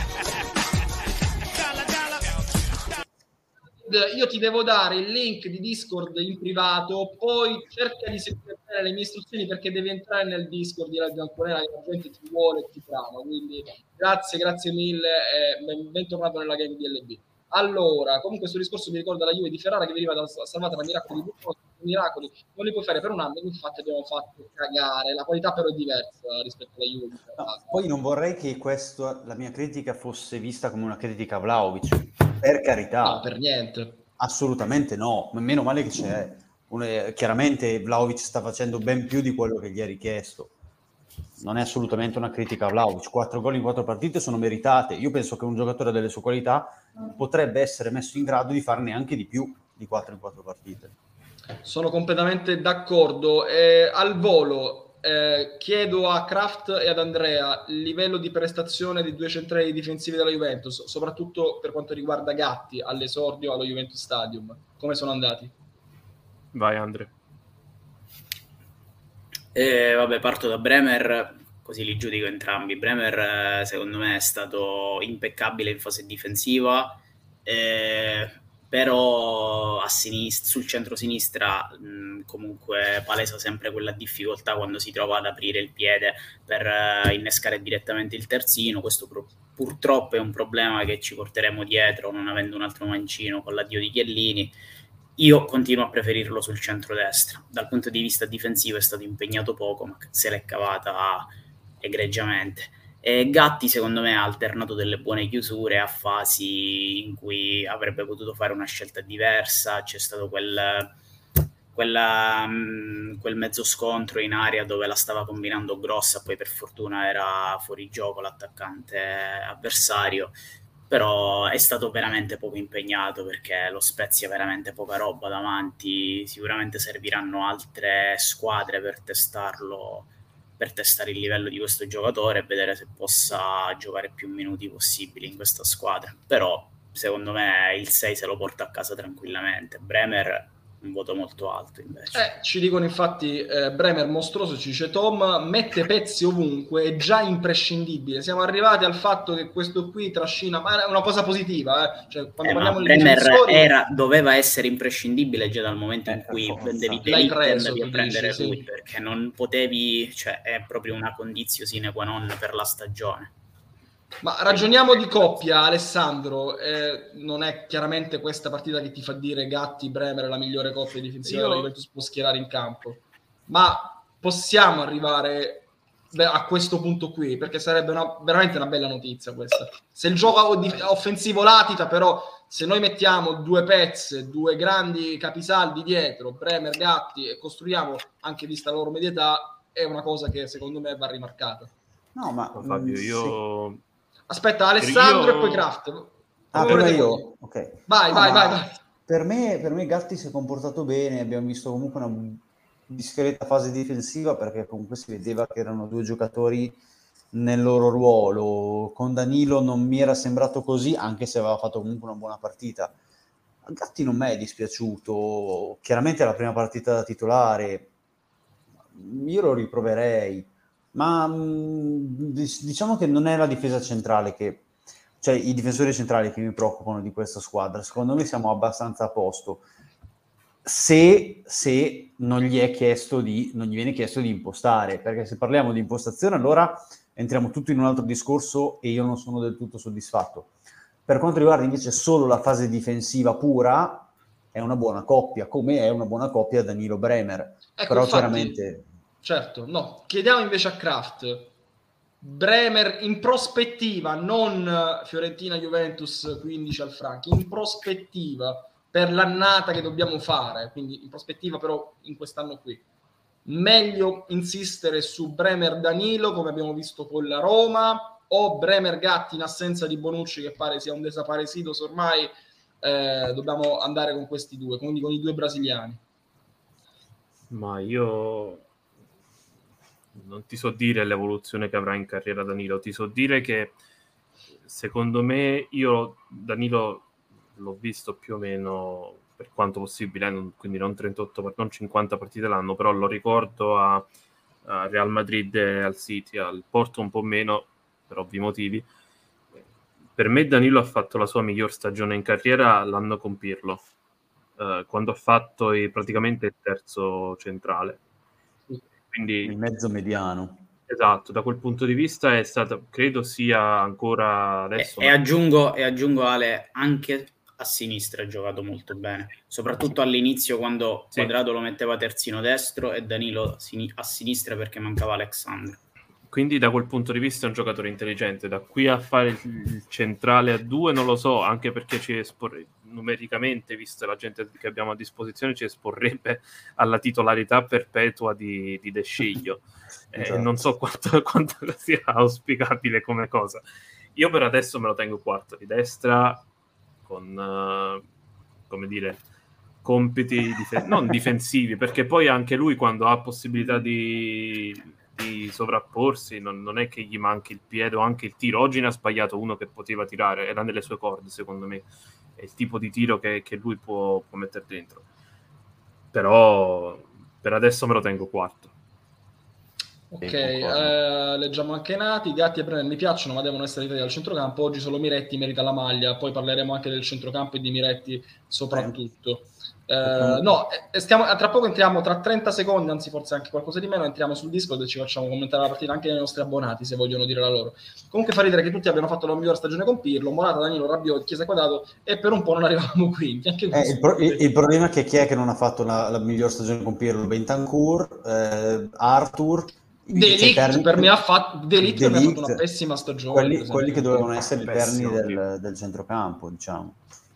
Io ti devo dare il link di Discord in privato, poi cerca di seguire le mie istruzioni perché devi entrare nel Discord di Radio Anconera, che la gente ti vuole e ti brama, quindi grazie, grazie mille e bentornato nella game di L B. Allora, comunque sul discorso mi ricorda la Juve di Ferrara che veniva da, salvata da miracolo di Buffon, miracoli, non li puoi fare per un anno, infatti abbiamo fatto cagare, la qualità però è diversa rispetto alla Juve. No, poi non vorrei che questo, la mia critica fosse vista come una critica a Vlahovic, per carità. No, per niente. Assolutamente no, meno male che c'è. Un, chiaramente Vlahovic sta facendo ben più di quello che gli è richiesto. Non è assolutamente una critica a Vlahovic. Quattro gol in quattro partite sono meritate. Io penso che un giocatore delle sue qualità potrebbe essere messo in grado di farne anche di più di quattro in quattro partite. Sono completamente d'accordo. Eh, al volo eh, chiedo a Kraft e ad Andrea il livello di prestazione dei due centrali difensivi della Juventus, soprattutto per quanto riguarda Gatti all'esordio allo Juventus Stadium. Come sono andati? Vai Andre. Eh, vabbè, parto da Bremer, così li giudico entrambi. Bremer, eh, secondo me, è stato impeccabile in fase difensiva, eh, però a sinistra, sul centro-sinistra mh, comunque palesa sempre quella difficoltà quando si trova ad aprire il piede per uh, innescare direttamente il terzino. Questo pro- purtroppo è un problema che ci porteremo dietro, non avendo un altro mancino con l'addio di Chiellini. Io continuo a preferirlo sul centrodestra. Dal punto di vista difensivo è stato impegnato poco, ma se l'è cavata egregiamente. E Gatti, secondo me, ha alternato delle buone chiusure a fasi in cui avrebbe potuto fare una scelta diversa. C'è stato quel, quella, quel mezzo scontro in area dove la stava combinando grossa, poi per fortuna era fuori gioco l'attaccante avversario. Però è stato veramente poco impegnato, perché lo Spezia ha veramente poca roba davanti. Sicuramente serviranno altre squadre per testarlo, per testare il livello di questo giocatore e vedere se possa giocare più minuti possibili in questa squadra. Però secondo me il sei se lo porta a casa tranquillamente. Bremer un voto molto alto invece. Eh, ci dicono infatti eh, Bremer mostruoso, ci dice Tom, mette pezzi ovunque, è già imprescindibile. Siamo arrivati al fatto che questo qui trascina, ma è una cosa positiva, eh? Cioè, quando eh, parliamo ma di Bremer difensori, era, doveva essere imprescindibile già dal momento in Eh, cui forza. vendevi L'hai Pelé, preso, andavi a tu prendere dici, lui, sì. perché non potevi, cioè è proprio una condizio sine qua non per la stagione. Ma ragioniamo di coppia, Alessandro. Eh, non è chiaramente questa partita che ti fa dire Gatti, Bremer è la migliore coppia difensiva Io... che la Juventus può schierare in campo, ma possiamo arrivare a questo punto qui, perché sarebbe una, veramente una bella notizia questa. Se il gioco offensivo latita, però se noi mettiamo due pezze, due grandi capisaldi dietro, Bremer, Gatti, e costruiamo anche vista la loro media età, è una cosa che secondo me va rimarcata. No, ma Fabio, mh, io... sì. Aspetta, Alessandro io... e poi Kraft. Ah, prima io? Ok. Vai, no, vai, vai, vai. Per me, per me Gatti si è comportato bene, abbiamo visto comunque una discreta fase difensiva, perché comunque si vedeva che erano due giocatori nel loro ruolo. Con Danilo non mi era sembrato così, anche se aveva fatto comunque una buona partita. Gatti non mi è dispiaciuto, chiaramente è la prima partita da titolare, io lo riproverei, ma mh, diciamo che non è la difesa centrale che, cioè i difensori centrali che mi preoccupano di questa squadra. Secondo me siamo abbastanza a posto, se, se non gli è chiesto di, non gli viene chiesto di impostare, perché se parliamo di impostazione allora entriamo tutto in un altro discorso e io non sono del tutto soddisfatto. Per quanto riguarda invece solo la fase difensiva pura, è una buona coppia, come è una buona coppia Danilo Bremer. Ecco, però infatti, chiaramente... Certo, no. Chiediamo invece a Kraft. Bremer in prospettiva, non Fiorentina-Juventus quindici al Franchi, in prospettiva per l'annata che dobbiamo fare, quindi in prospettiva però in quest'anno qui. Meglio insistere su Bremer-Danilo, come abbiamo visto con la Roma, o Bremer-Gatti in assenza di Bonucci, che pare sia un desaparecidos ormai. Eh, dobbiamo andare con questi due, quindi con i due brasiliani. Ma io non ti so dire l'evoluzione che avrà in carriera Danilo, ti so dire che secondo me io Danilo l'ho visto più o meno per quanto possibile, eh, quindi non trentotto, non cinquanta partite l'anno, però lo ricordo a, a Real Madrid e al City, al Porto un po' meno per ovvi motivi. Per me Danilo ha fatto la sua miglior stagione in carriera l'anno con Pirlo, eh, quando ha fatto i, praticamente il terzo centrale. Quindi, il mezzo mediano. Esatto, da quel punto di vista è stata, credo sia ancora adesso. E, e, aggiungo, e aggiungo Ale, anche a sinistra ha giocato molto bene, soprattutto all'inizio quando sì. Quadrado lo metteva terzino destro e Danilo a sinistra perché mancava Alexandro. Quindi da quel punto di vista è un giocatore intelligente. Da qui a fare il, il centrale a due non lo so, anche perché ci esporre, numericamente, vista la gente che abbiamo a disposizione, ci esporrebbe alla titolarità perpetua di, di De Sciglio. Eh, esatto. Non so quanto, quanto sia auspicabile come cosa. Io per adesso me lo tengo quarto di destra, con, uh, come dire, compiti difen- non difensivi, perché poi anche lui quando ha possibilità di... di sovrapporsi, non, non è che gli manchi il piede o anche il tiro. Oggi ne ha sbagliato uno che poteva tirare, era nelle sue corde, secondo me è il tipo di tiro che, che lui può, può mettere dentro, però per adesso me lo tengo quarto. Ok, eh, leggiamo anche Nati. Gatti e Brenner mi piacciono ma devono essere ritratti al centrocampo. Oggi solo Miretti merita la maglia, poi parleremo anche del centrocampo e di Miretti soprattutto. Uh, no, stiamo, tra poco entriamo, tra trenta secondi, anzi forse anche qualcosa di meno, entriamo sul Discord e ci facciamo commentare la partita anche ai nostri abbonati se vogliono dire la loro. Comunque fa ridere che tutti abbiano fatto la migliore stagione con Pirlo, Morata, Danilo, Rabiot, Chiesa, Quadrato e per un po' non arrivavamo quinti. Anche eh, il, pro- il, il problema è che chi è che non ha fatto la, la migliore stagione con Pirlo? Bentancur, eh, Arthur, De Ligt per me ha fatto De Ligt per me ha fatto una pessima stagione. Quelli, quelli che dovevano essere i perni del, del centrocampo, diciamo.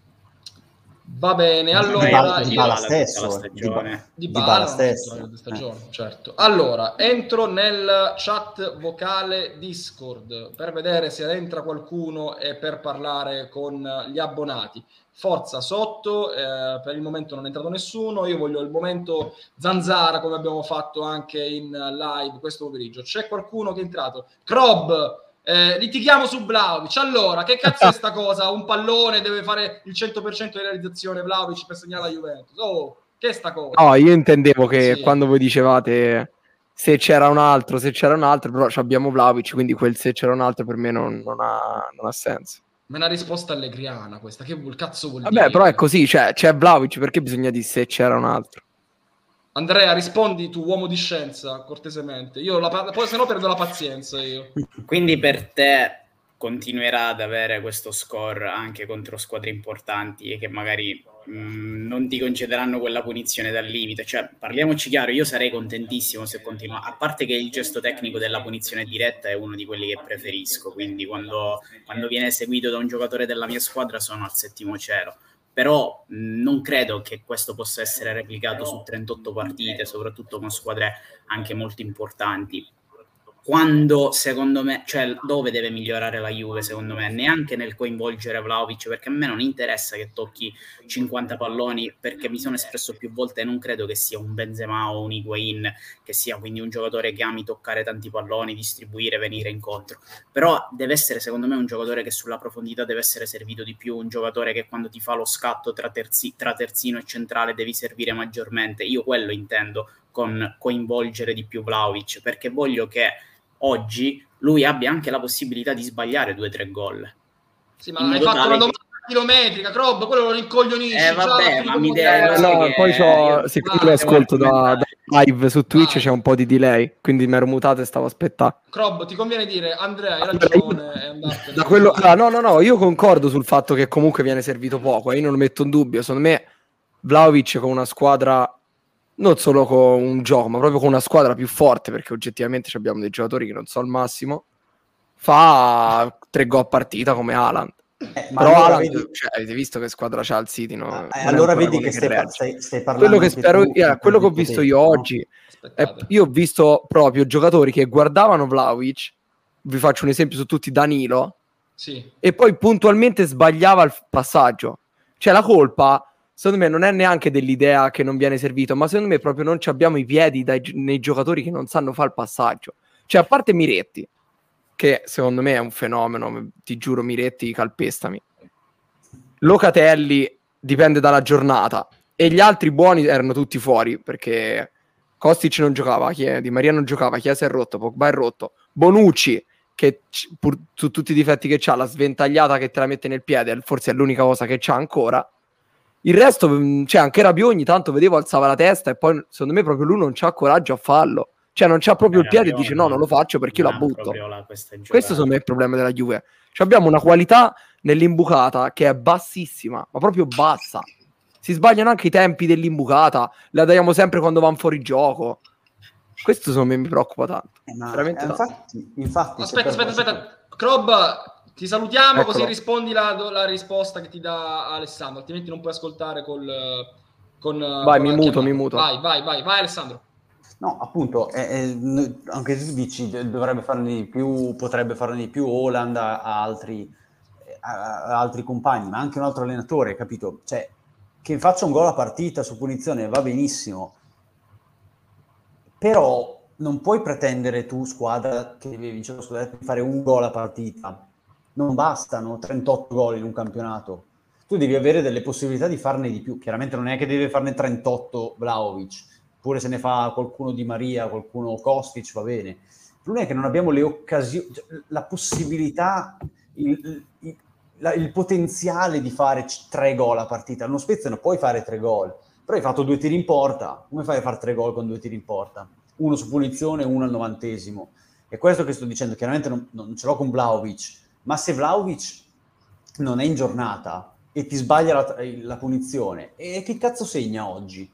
Va bene, allora di Bala stesso, di Bala, di Bala stesso, di stagione, eh. certo. Allora, entro nel chat vocale Discord per vedere se entra qualcuno e per parlare con gli abbonati. Forza sotto, eh, per il momento non è entrato nessuno. Io voglio il momento zanzara come abbiamo fatto anche in live questo pomeriggio. C'è qualcuno che è entrato? Krob, Eh, litighiamo su Vlahovic. Allora, che cazzo è sta cosa? Un pallone deve fare il cento per cento di realizzazione Vlahovic per segnare la Juventus. Oh, che è sta cosa? No, io intendevo che sì. quando voi dicevate se c'era un altro, se c'era un altro, però abbiamo Vlahovic, quindi quel se c'era un altro per me non, non, ha, non ha senso. Ma è una risposta allegriana questa, che vuol, cazzo vuol Vabbè, dire? Vabbè, però è così, cioè c'è Vlahovic, perché bisogna dire se c'era un altro? Andrea, rispondi tu, uomo di scienza, cortesemente. Io la, poi se no perdo la pazienza io. Quindi per te continuerà ad avere questo score anche contro squadre importanti e che magari mh, non ti concederanno quella punizione dal limite. Cioè, parliamoci chiaro, io sarei contentissimo se continua, a parte che il gesto tecnico della punizione diretta è uno di quelli che preferisco, quindi quando, quando viene eseguito da un giocatore della mia squadra sono al settimo cielo. Però mh, non credo che questo possa essere replicato su trentotto partite, soprattutto con squadre anche molto importanti. Quando, secondo me, cioè dove deve migliorare la Juve, secondo me, neanche nel coinvolgere Vlahovic, perché a me non interessa che tocchi cinquanta palloni, perché mi sono espresso più volte e non credo che sia un Benzema o un Higuain, che sia quindi un giocatore che ami toccare tanti palloni, distribuire, venire incontro. Però deve essere, secondo me, un giocatore che sulla profondità deve essere servito di più, un giocatore che quando ti fa lo scatto tra, terzi, tra terzino e centrale devi servire maggiormente. Io quello intendo con coinvolgere di più Vlahovic, perché voglio che oggi lui abbia anche la possibilità di sbagliare due o tre gol. Sì, ma hai fatto una domanda che... chilometrica, Krob, quello lo rincoglionisci. Eh vabbè, ma mi deve... No, che... poi c'ho, siccome lo ascolto da, da live su Twitch, Vai. C'è un po' di delay, quindi mi ero mutato e stavo aspettando. Krob, ti conviene dire, Andrea, hai ragione. Io, da quello, ah, no, no, no, io concordo sul fatto che comunque viene servito poco, io non lo metto in dubbio. Secondo me Vlahovic con una squadra, non solo con un gioco, ma proprio con una squadra più forte, perché oggettivamente abbiamo dei giocatori che non so al massimo, fa tre gol a partita come Haaland. Eh, però allora Haaland, vedi... cioè, avete visto che squadra c'ha al City? No? Ah, eh, allora vedi che stai, stai, stai parlando quello che spero, tu, yeah, quello che ho visto io no? oggi è, io ho visto proprio giocatori che guardavano Vlahovic, vi faccio un esempio su tutti, Danilo, sì. E poi puntualmente sbagliava il passaggio. Cioè la colpa secondo me non è neanche dell'idea che non viene servito, ma secondo me proprio non ci abbiamo i piedi dai, nei giocatori che non sanno fare il passaggio. Cioè, a parte Miretti, che secondo me è un fenomeno, ti giuro, Miretti, calpestami. Locatelli dipende dalla giornata, e gli altri buoni erano tutti fuori, perché Kostic non giocava, chi è? Di Maria non giocava, Chiesa è rotto, Pogba è rotto, Bonucci, che pur su tutti i difetti che c'ha, la sventagliata che te la mette nel piede, forse è l'unica cosa che c'ha ancora. Il resto, cioè anche Rabiot ogni tanto vedevo alzava la testa e poi secondo me proprio lui non c'ha coraggio a farlo, cioè non c'ha proprio eh, il piede e dice no, non lo faccio perché io la butto. La, questo secondo me è il problema della Juve, cioè, abbiamo una qualità nell'imbucata che è bassissima, ma proprio bassa. Si sbagliano anche i tempi dell'imbucata, la diamo sempre quando vanno fuori gioco. Questo secondo me mi preoccupa tanto. Eh, ma, veramente eh, tanto. infatti, infatti se Aspetta, per aspetta, forza- aspetta. Crob, ti salutiamo Eccolo. così rispondi la, la risposta che ti dà Alessandro, altrimenti non puoi ascoltare col, con, Vai, con mi la muto, chiamata. mi muto. Vai, vai, vai, vai Alessandro. No, appunto, eh, eh, n- anche tu dici d- dovrebbe farne di più, potrebbe farne di più Haaland a, a altri, a, a altri compagni, ma anche un altro allenatore, capito? Cioè, che faccia un gol a partita su punizione va benissimo, però non puoi pretendere tu, squadra che deve vincere lo scudetto, di fare un gol a partita. Non bastano trentotto gol in un campionato. Tu devi avere delle possibilità di farne di più. Chiaramente non è che deve farne trentotto Vlahovic, pure se ne fa qualcuno Di Maria, qualcuno Kostic, va bene. Il problema è che non abbiamo le occasioni, la possibilità, il, il, la, il potenziale di fare tre gol a partita. Allo Spezia non puoi fare tre gol, però hai fatto due tiri in porta. Come fai a fare tre gol con due tiri in porta? Uno su punizione e uno al novantesimo. E questo che sto dicendo, chiaramente non, non ce l'ho con Vlahovic, ma se Vlahovic non è in giornata e ti sbaglia la, la punizione, e che cazzo segna oggi?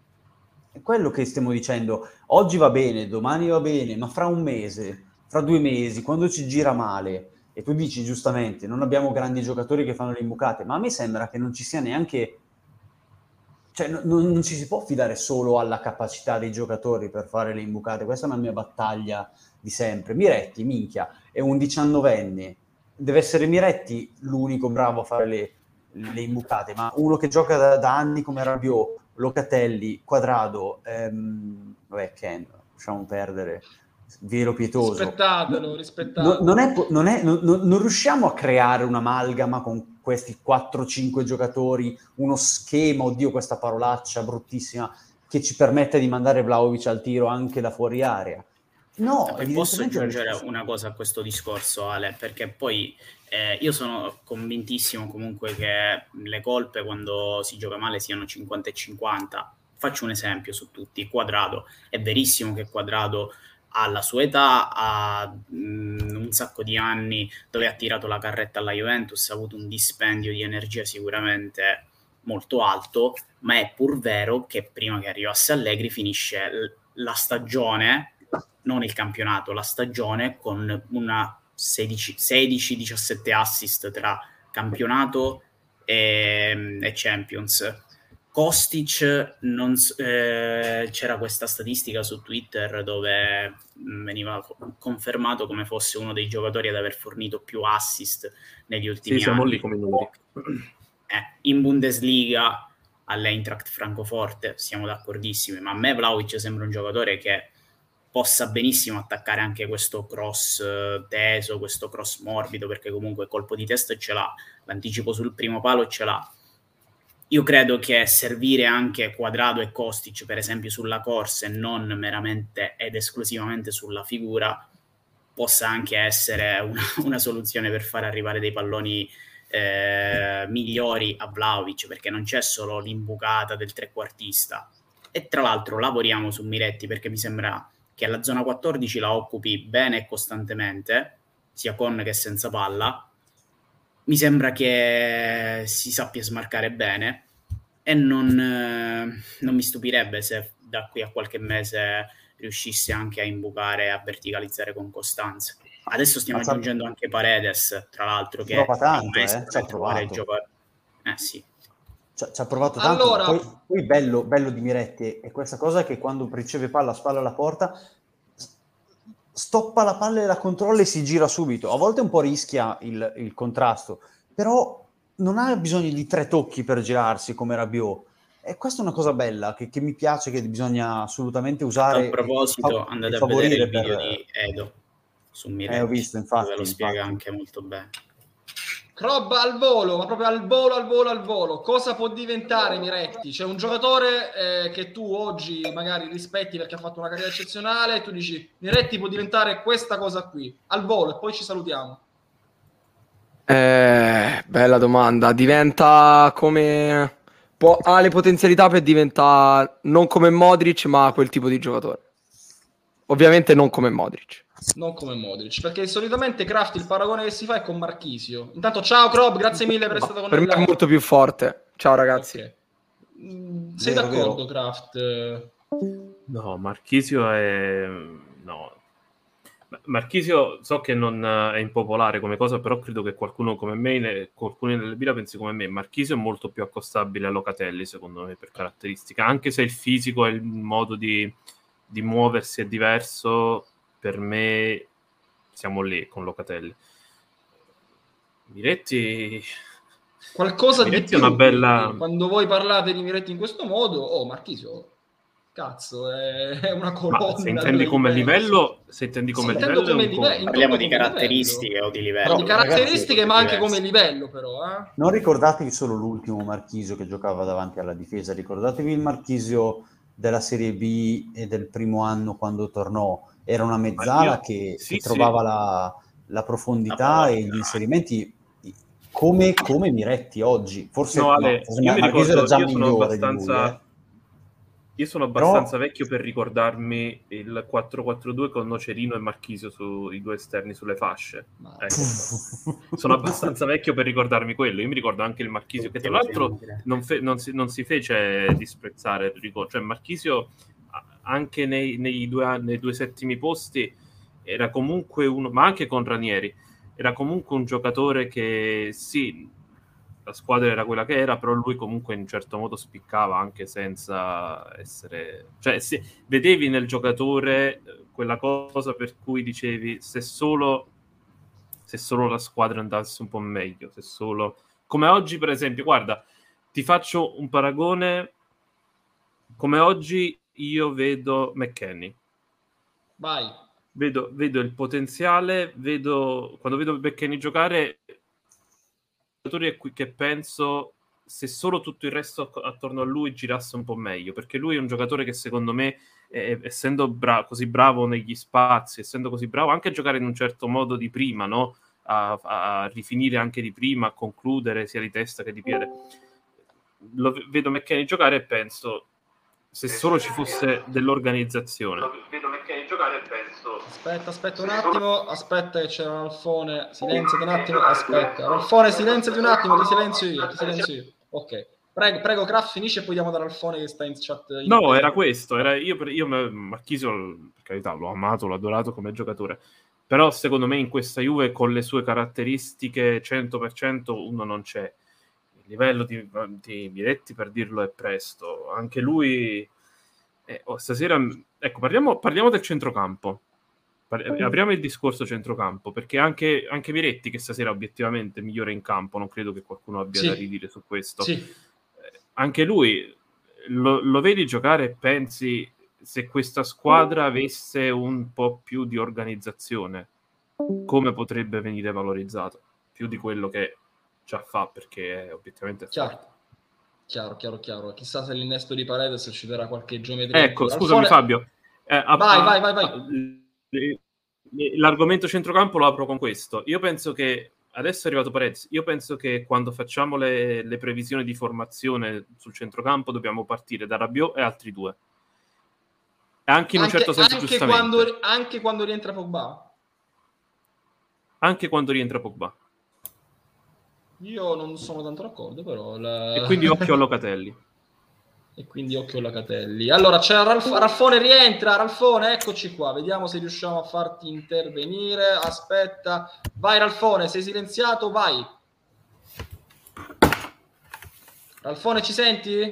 È quello che stiamo dicendo. Oggi va bene, domani va bene, ma fra un mese, fra due mesi, quando ci gira male, e tu dici giustamente, non abbiamo grandi giocatori che fanno le imbucate, ma a me sembra che non ci sia neanche... Cioè, non, non ci si può fidare solo alla capacità dei giocatori per fare le imbucate. Questa è una mia battaglia di sempre. Miretti, minchia, è un diciannovenne. Deve essere Miretti l'unico bravo a fare le, le imbucate, ma uno che gioca da, da anni come Rabiot, Locatelli, Quadrado, ehm, vabbè, Ken, lasciamo perdere, vero pietoso. Rispettatelo, rispettatelo. Non, non, è, non, è, non, non riusciamo a creare un'amalgama con questi quattro cinque giocatori, uno schema, oddio questa parolaccia bruttissima, che ci permette di mandare Vlahovic al tiro anche da fuori area. No, E posso evidentemente aggiungere risposta... una cosa a questo discorso, Ale, perché poi eh, io sono convintissimo comunque che le colpe quando si gioca male siano cinquanta e cinquanta. Faccio un esempio su tutti, Quadrado. È verissimo che Quadrado alla sua età, ha mh, un sacco di anni dove ha tirato la carretta alla Juventus, ha avuto un dispendio di energia sicuramente molto alto, ma è pur vero che prima che arrivasse Allegri finisce l- la stagione, non il campionato, la stagione con una sedici diciassette assist tra campionato e, e Champions. Kostic, non, eh, c'era questa statistica su Twitter dove veniva confermato come fosse uno dei giocatori ad aver fornito più assist negli ultimi sì, siamo anni. Lì come numeri. Eh, in Bundesliga all'Eintracht Francoforte siamo d'accordissimi, ma a me Vlahovic sembra un giocatore che possa benissimo attaccare anche questo cross teso, questo cross morbido, perché comunque colpo di testa ce l'ha, l'anticipo sul primo palo ce l'ha. Io credo che servire anche Quadrado e Kostic, per esempio, sulla corsa e non meramente ed esclusivamente sulla figura, possa anche essere una, una soluzione per far arrivare dei palloni eh, migliori a Vlahovic, perché non c'è solo l'imbucata del trequartista. E tra l'altro lavoriamo su Miretti, perché mi sembra che alla zona quattordici la occupi bene e costantemente, sia con che senza palla. Mi sembra che si sappia smarcare bene e non, eh, non mi stupirebbe se da qui a qualche mese riuscisse anche a imbucare e a verticalizzare con costanza. Adesso stiamo Ma aggiungendo anche Paredes, tra l'altro, che prova tanto, è un maestro eh, ci ha nel trovare il provato. giocatore. Eh sì. Ci, ci ha provato tanto. Allora- Poi, poi bello, bello di Miretti è questa cosa che quando riceve palla, spalla alla porta, stoppa la palla e la controlla e si gira subito. A volte un po' rischia il, il contrasto, però non ha bisogno di tre tocchi per girarsi come Rabiot. E questa è una cosa bella che, che mi piace, che bisogna assolutamente usare. A proposito, e, andate e a vedere il per... video di Edo su Miretti, Eh, ho visto, infatti, dove lo spiega infatti. anche molto bene. Crob al volo, ma proprio al volo, al volo, al volo. Cosa può diventare Miretti? C'è un giocatore eh, che tu oggi magari rispetti perché ha fatto una carriera eccezionale e tu dici Miretti può diventare questa cosa qui, al volo, e poi ci salutiamo. Eh, bella domanda. Diventa come... Può... ha le potenzialità per diventare non come Modric, ma quel tipo di giocatore. Ovviamente non come Modric. Non come Modric, perché solitamente Kraft il paragone che si fa è con Marchisio. Intanto ciao Crob, grazie mille per essere stato con Per noi. me è molto più forte. Ciao ragazzi. Okay. Mm, sei Vero, d'accordo, vero. Kraft? No, Marchisio è... no. Marchisio so che non è impopolare come cosa, però credo che qualcuno come me, ne- qualcuno nelle Villa pensi come me. Marchisio è molto più accostabile a Locatelli, secondo me, per caratteristica. Anche se il fisico e il modo di, di muoversi è diverso, per me siamo lì con Locatelli. Miretti... Qualcosa Miretti di è più. una bella... Quindi, quando voi parlate di Miretti in questo modo, oh, Marchisio, cazzo, è, è una colonna. Ma se intendi della come Juventus. livello, se intendi come Sì, livello, intendo come è un po'- livello. Parliamo intendo di come caratteristiche livello. o di livello. Però di Però, caratteristiche, ragazzi, ma anche diverse. come livello, però. Eh? Non ricordatevi solo l'ultimo Marchisio che giocava davanti alla difesa, ricordatevi il Marchisio della Serie B e del primo anno quando tornò. Era una mezzala io- che, sì, che sì. trovava la, la profondità La e gli inserimenti come, come Miretti oggi. Forse, No, no, Ale, forse io mi Marchisio ricordo, era già io sono migliore di lui, abbastanza... eh. Io sono Però- abbastanza vecchio per ricordarmi il quattro quattro due con Nocerino e Marchisio sui due esterni sulle fasce. Ma- Ecco. Sono abbastanza vecchio per ricordarmi quello. Io mi ricordo anche il Marchisio, che tra l'altro non, fe- non si, non si fece disprezzare. Ricordo. Cioè, Marchisio, a- anche nei, nei, due, anni- nei due settimi posti, era comunque uno, ma anche con Ranieri, era comunque un giocatore che sì, la squadra era quella che era, però lui comunque in un certo modo spiccava anche senza essere... Cioè, se, vedevi nel giocatore eh, quella cosa per cui dicevi se solo, se solo la squadra andasse un po' meglio, se solo... Come oggi, per esempio, guarda, ti faccio un paragone. Come oggi io vedo McKennie. Vai. Vedo, vedo il potenziale, vedo quando vedo McKennie giocare, giocatori che penso se solo tutto il resto attorno a lui girasse un po' meglio, perché lui è un giocatore che secondo me, eh, essendo bra- così bravo negli spazi, essendo così bravo anche a giocare in un certo modo di prima, no? a, a rifinire anche di prima, a concludere sia di testa che di piede. Lo vedo McKennie giocare e penso se solo ci fosse dell'organizzazione. Lo vedo McKennie giocare e penso Aspetta, aspetta un attimo, aspetta che c'era Ralfone, silenziati un attimo, aspetta. Ralfone, silenziati un attimo, ti silenzio io, ti silenzio io. Ok, prego, prego, Kraft, finisce e poi diamo da Ralfone che sta in chat. In No, attesa. era questo, era io, io Marchisio, per carità, l'ho amato, l'ho adorato come giocatore, però secondo me in questa Juve con le sue caratteristiche cento per cento uno non c'è. Il livello di, di Miretti, per dirlo, è presto. Anche lui... Eh, oh, stasera... Ecco, parliamo, parliamo del centrocampo. Par- apriamo il discorso centrocampo, perché anche, anche Miretti, che stasera obiettivamente migliore in campo, non credo che qualcuno abbia Sì. da ridire su questo. Sì. Eh, anche lui, lo, lo vedi giocare e pensi se questa squadra avesse un po' più di organizzazione, come potrebbe venire valorizzato? Più di quello che già fa, perché è obiettivamente Chiaro. forte. Chiaro, chiaro, chiaro. Chissà se l'innesto di Paredes ci darà qualche geometria. Ecco, in più. scusami Ralfone... Fabio. Eh, a, Vai, a, vai, vai, vai. L'argomento centrocampo lo apro con questo. Io penso che, adesso è arrivato Paredes, io penso che quando facciamo le, le previsioni di formazione sul centrocampo dobbiamo partire da Rabiot e altri due. Anche in un Anche, certo senso anche giustamente. quando, anche quando rientra Pogba? Anche quando rientra Pogba. Io non sono tanto d'accordo, però... La... E quindi occhio a Locatelli. E quindi occhio a Locatelli. Allora, c'è Ralf... Ralfone rientra, Ralfone, eccoci qua. Vediamo se riusciamo a farti intervenire. Aspetta. Vai Ralfone, sei silenziato? Vai. Ralfone, ci senti?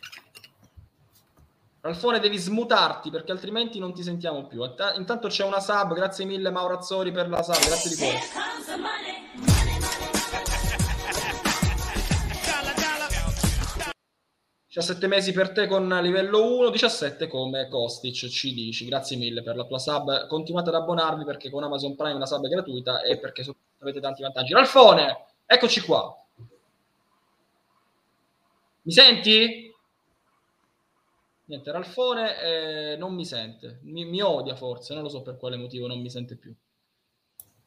Ralfone, devi smutarti perché altrimenti non ti sentiamo più. Intanto c'è una sub, grazie mille Maurazzori per la sub, grazie di cuore. diciassette mesi per te con livello uno, diciassette come Kostic, ci dici. Grazie mille per la tua sub. Continuate ad abbonarvi perché con Amazon Prime la sub è gratuita e perché avete tanti vantaggi. Ralfone, eccoci qua. Mi senti? Niente, Ralfone eh, non mi sente. Mi, mi odia forse, non lo so per quale motivo non mi sente più.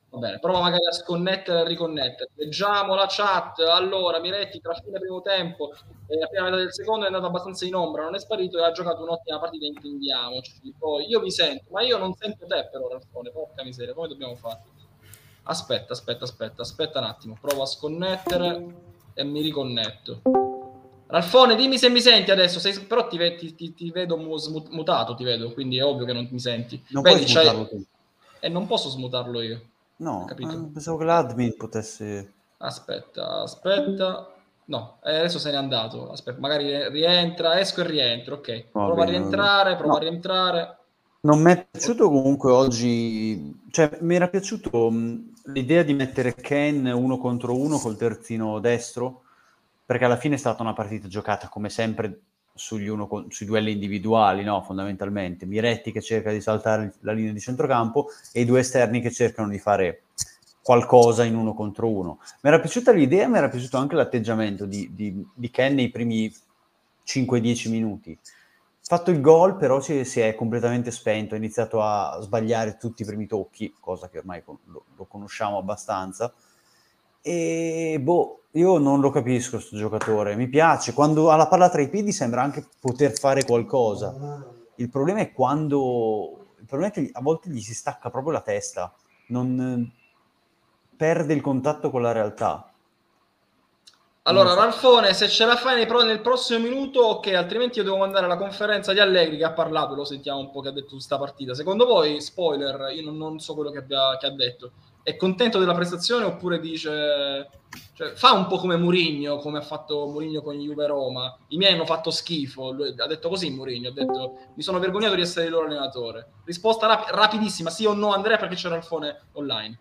Va bene, prova magari a sconnettere e riconnettere. Leggiamo la chat. Allora, Miretti tra fine primo tempo e la prima metà del secondo è andato abbastanza in ombra, non è sparito e ha giocato un'ottima partita, intendiamoci. Poi io vi sento, ma io non sento te però, Ralfone, porca miseria, come dobbiamo fare? Aspetta, aspetta, aspetta, aspetta un attimo, provo a sconnettere e mi riconnetto. Ralfone, dimmi se mi senti adesso, sei, però ti, ti, ti, ti vedo mutato, ti vedo, quindi è ovvio che non mi senti. Non Vedi, puoi smutarlo tu. E non posso smutarlo io. No, capito? eh, pensavo che l'admin potesse... Aspetta, aspetta. No, eh, adesso se n'è andato. Aspetta, magari rientra, esco e rientro, ok. Va Prova bene, a rientrare, prova no. a rientrare. Non mi è piaciuto comunque oggi, cioè mi era piaciuto mh, l'idea di mettere Ken uno contro uno col terzino destro, perché alla fine è stata una partita giocata come sempre sugli uno con, sui duelli individuali, no? Fondamentalmente Miretti che cerca di saltare la linea di centrocampo e i due esterni che cercano di fare qualcosa in uno contro uno. Mi era piaciuta l'idea, mi era piaciuto anche l'atteggiamento di, di, di Ken nei primi cinque dieci minuti. Fatto il gol, però si, si è completamente spento, ha iniziato a sbagliare tutti i primi tocchi, cosa che ormai lo, lo conosciamo abbastanza. E boh, io non lo capisco questo giocatore, mi piace, quando ha la palla tra i piedi sembra anche poter fare qualcosa. Il problema è quando, il problema è che a volte gli si stacca proprio la testa, non perde il contatto con la realtà. Allora, so. Ralfone, se ce la fai nei pro- nel prossimo minuto, ok, altrimenti io devo mandare alla conferenza di Allegri che ha parlato, lo sentiamo un po' che ha detto su sta partita. Secondo voi, spoiler, io non, non so quello che, abbia, che ha detto, è contento della prestazione oppure dice... Cioè, fa un po' come Mourinho, come ha fatto Mourinho con Juve Roma. I miei hanno fatto schifo, lui ha detto così Mourinho, ha detto mi sono vergognato di essere il loro allenatore. Risposta rap- rapidissima, sì o no Andrea, perché c'è Ralfone online.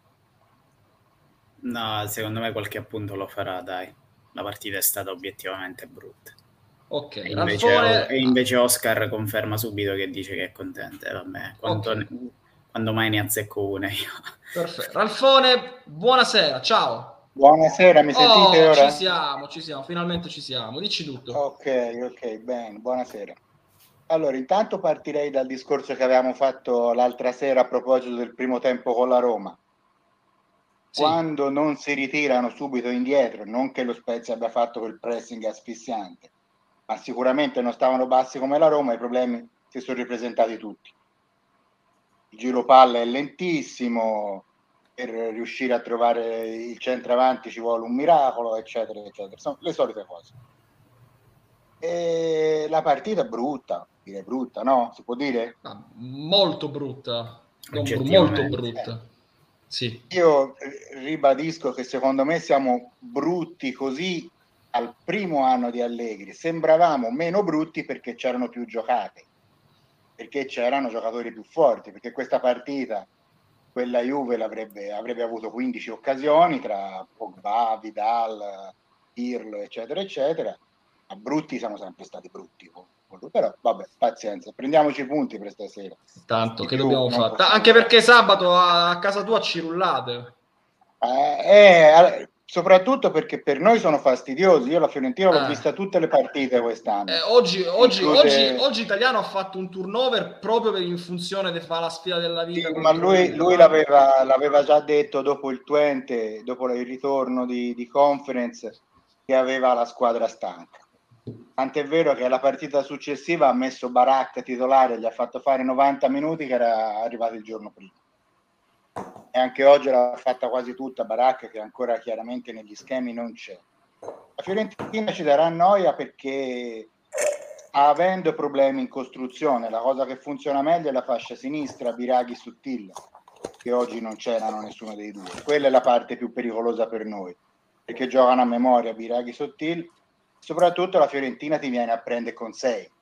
No, secondo me qualche appunto lo farà, dai. La partita è stata obiettivamente brutta. Ok, e invece, Ralfone... e invece Oscar conferma subito che dice che è contento. Eh, vabbè, quando, okay. ne, quando mai ne azzecco una io. Perfetto. Ralfone, buonasera, ciao. Buonasera, mi sentite oh, ora? Ci siamo, ci siamo, finalmente ci siamo. Dici tutto. Ok, ok, bene, buonasera. Allora, intanto partirei dal discorso che avevamo fatto l'altra sera a proposito del primo tempo con la Roma. Sì. Quando non si ritirano subito indietro, non che lo Spezia abbia fatto quel pressing asfissiante, ma sicuramente non stavano bassi come la Roma, i problemi si sono ripresentati tutti. Il giro palla è lentissimo, per riuscire a trovare il centravanti ci vuole un miracolo, eccetera, eccetera. Sono le solite cose. E la partita è brutta, dire brutta, no? Si può dire? Ah, molto brutta, non br- molto brutta. Eh. Sì. Io ribadisco che secondo me siamo brutti così al primo anno di Allegri. Sembravamo meno brutti perché c'erano più giocate, perché c'erano giocatori più forti, perché questa partita, quella Juve l'avrebbe, avrebbe avuto quindici occasioni tra Pogba, Vidal, Pirlo, eccetera, eccetera. Ma brutti siamo sempre stati brutti. Però vabbè, pazienza, prendiamoci i punti per stasera. Tanto, Di che più dobbiamo non fare? possiamo Anche fare. perché sabato a casa tua ci rullate. Eh, eh, soprattutto perché per noi sono fastidiosi. Io la Fiorentina l'ho Eh. vista tutte le partite quest'anno. Eh, oggi, oggi, Include... oggi, oggi Italiano ha fatto un turnover proprio per in funzione di fare la sfida della vita. Sì, ma lui, lui l'aveva, l'aveva già detto dopo il Twente, dopo il ritorno di, di conference, che aveva la squadra stanca. Tant'è vero che la partita successiva ha messo Barak titolare, gli ha fatto fare novanta minuti che era arrivato il giorno prima. E anche oggi l'ha fatta quasi tutta Barak, che ancora chiaramente negli schemi non c'è. La Fiorentina ci darà noia perché sta avendo problemi in costruzione. La cosa che funziona meglio è la fascia sinistra, Biraghi Suttil, che oggi non c'erano nessuno dei due. Quella è la parte più pericolosa per noi, perché giocano a memoria Biraghi Suttil. Soprattutto la Fiorentina ti viene a prendere con sei,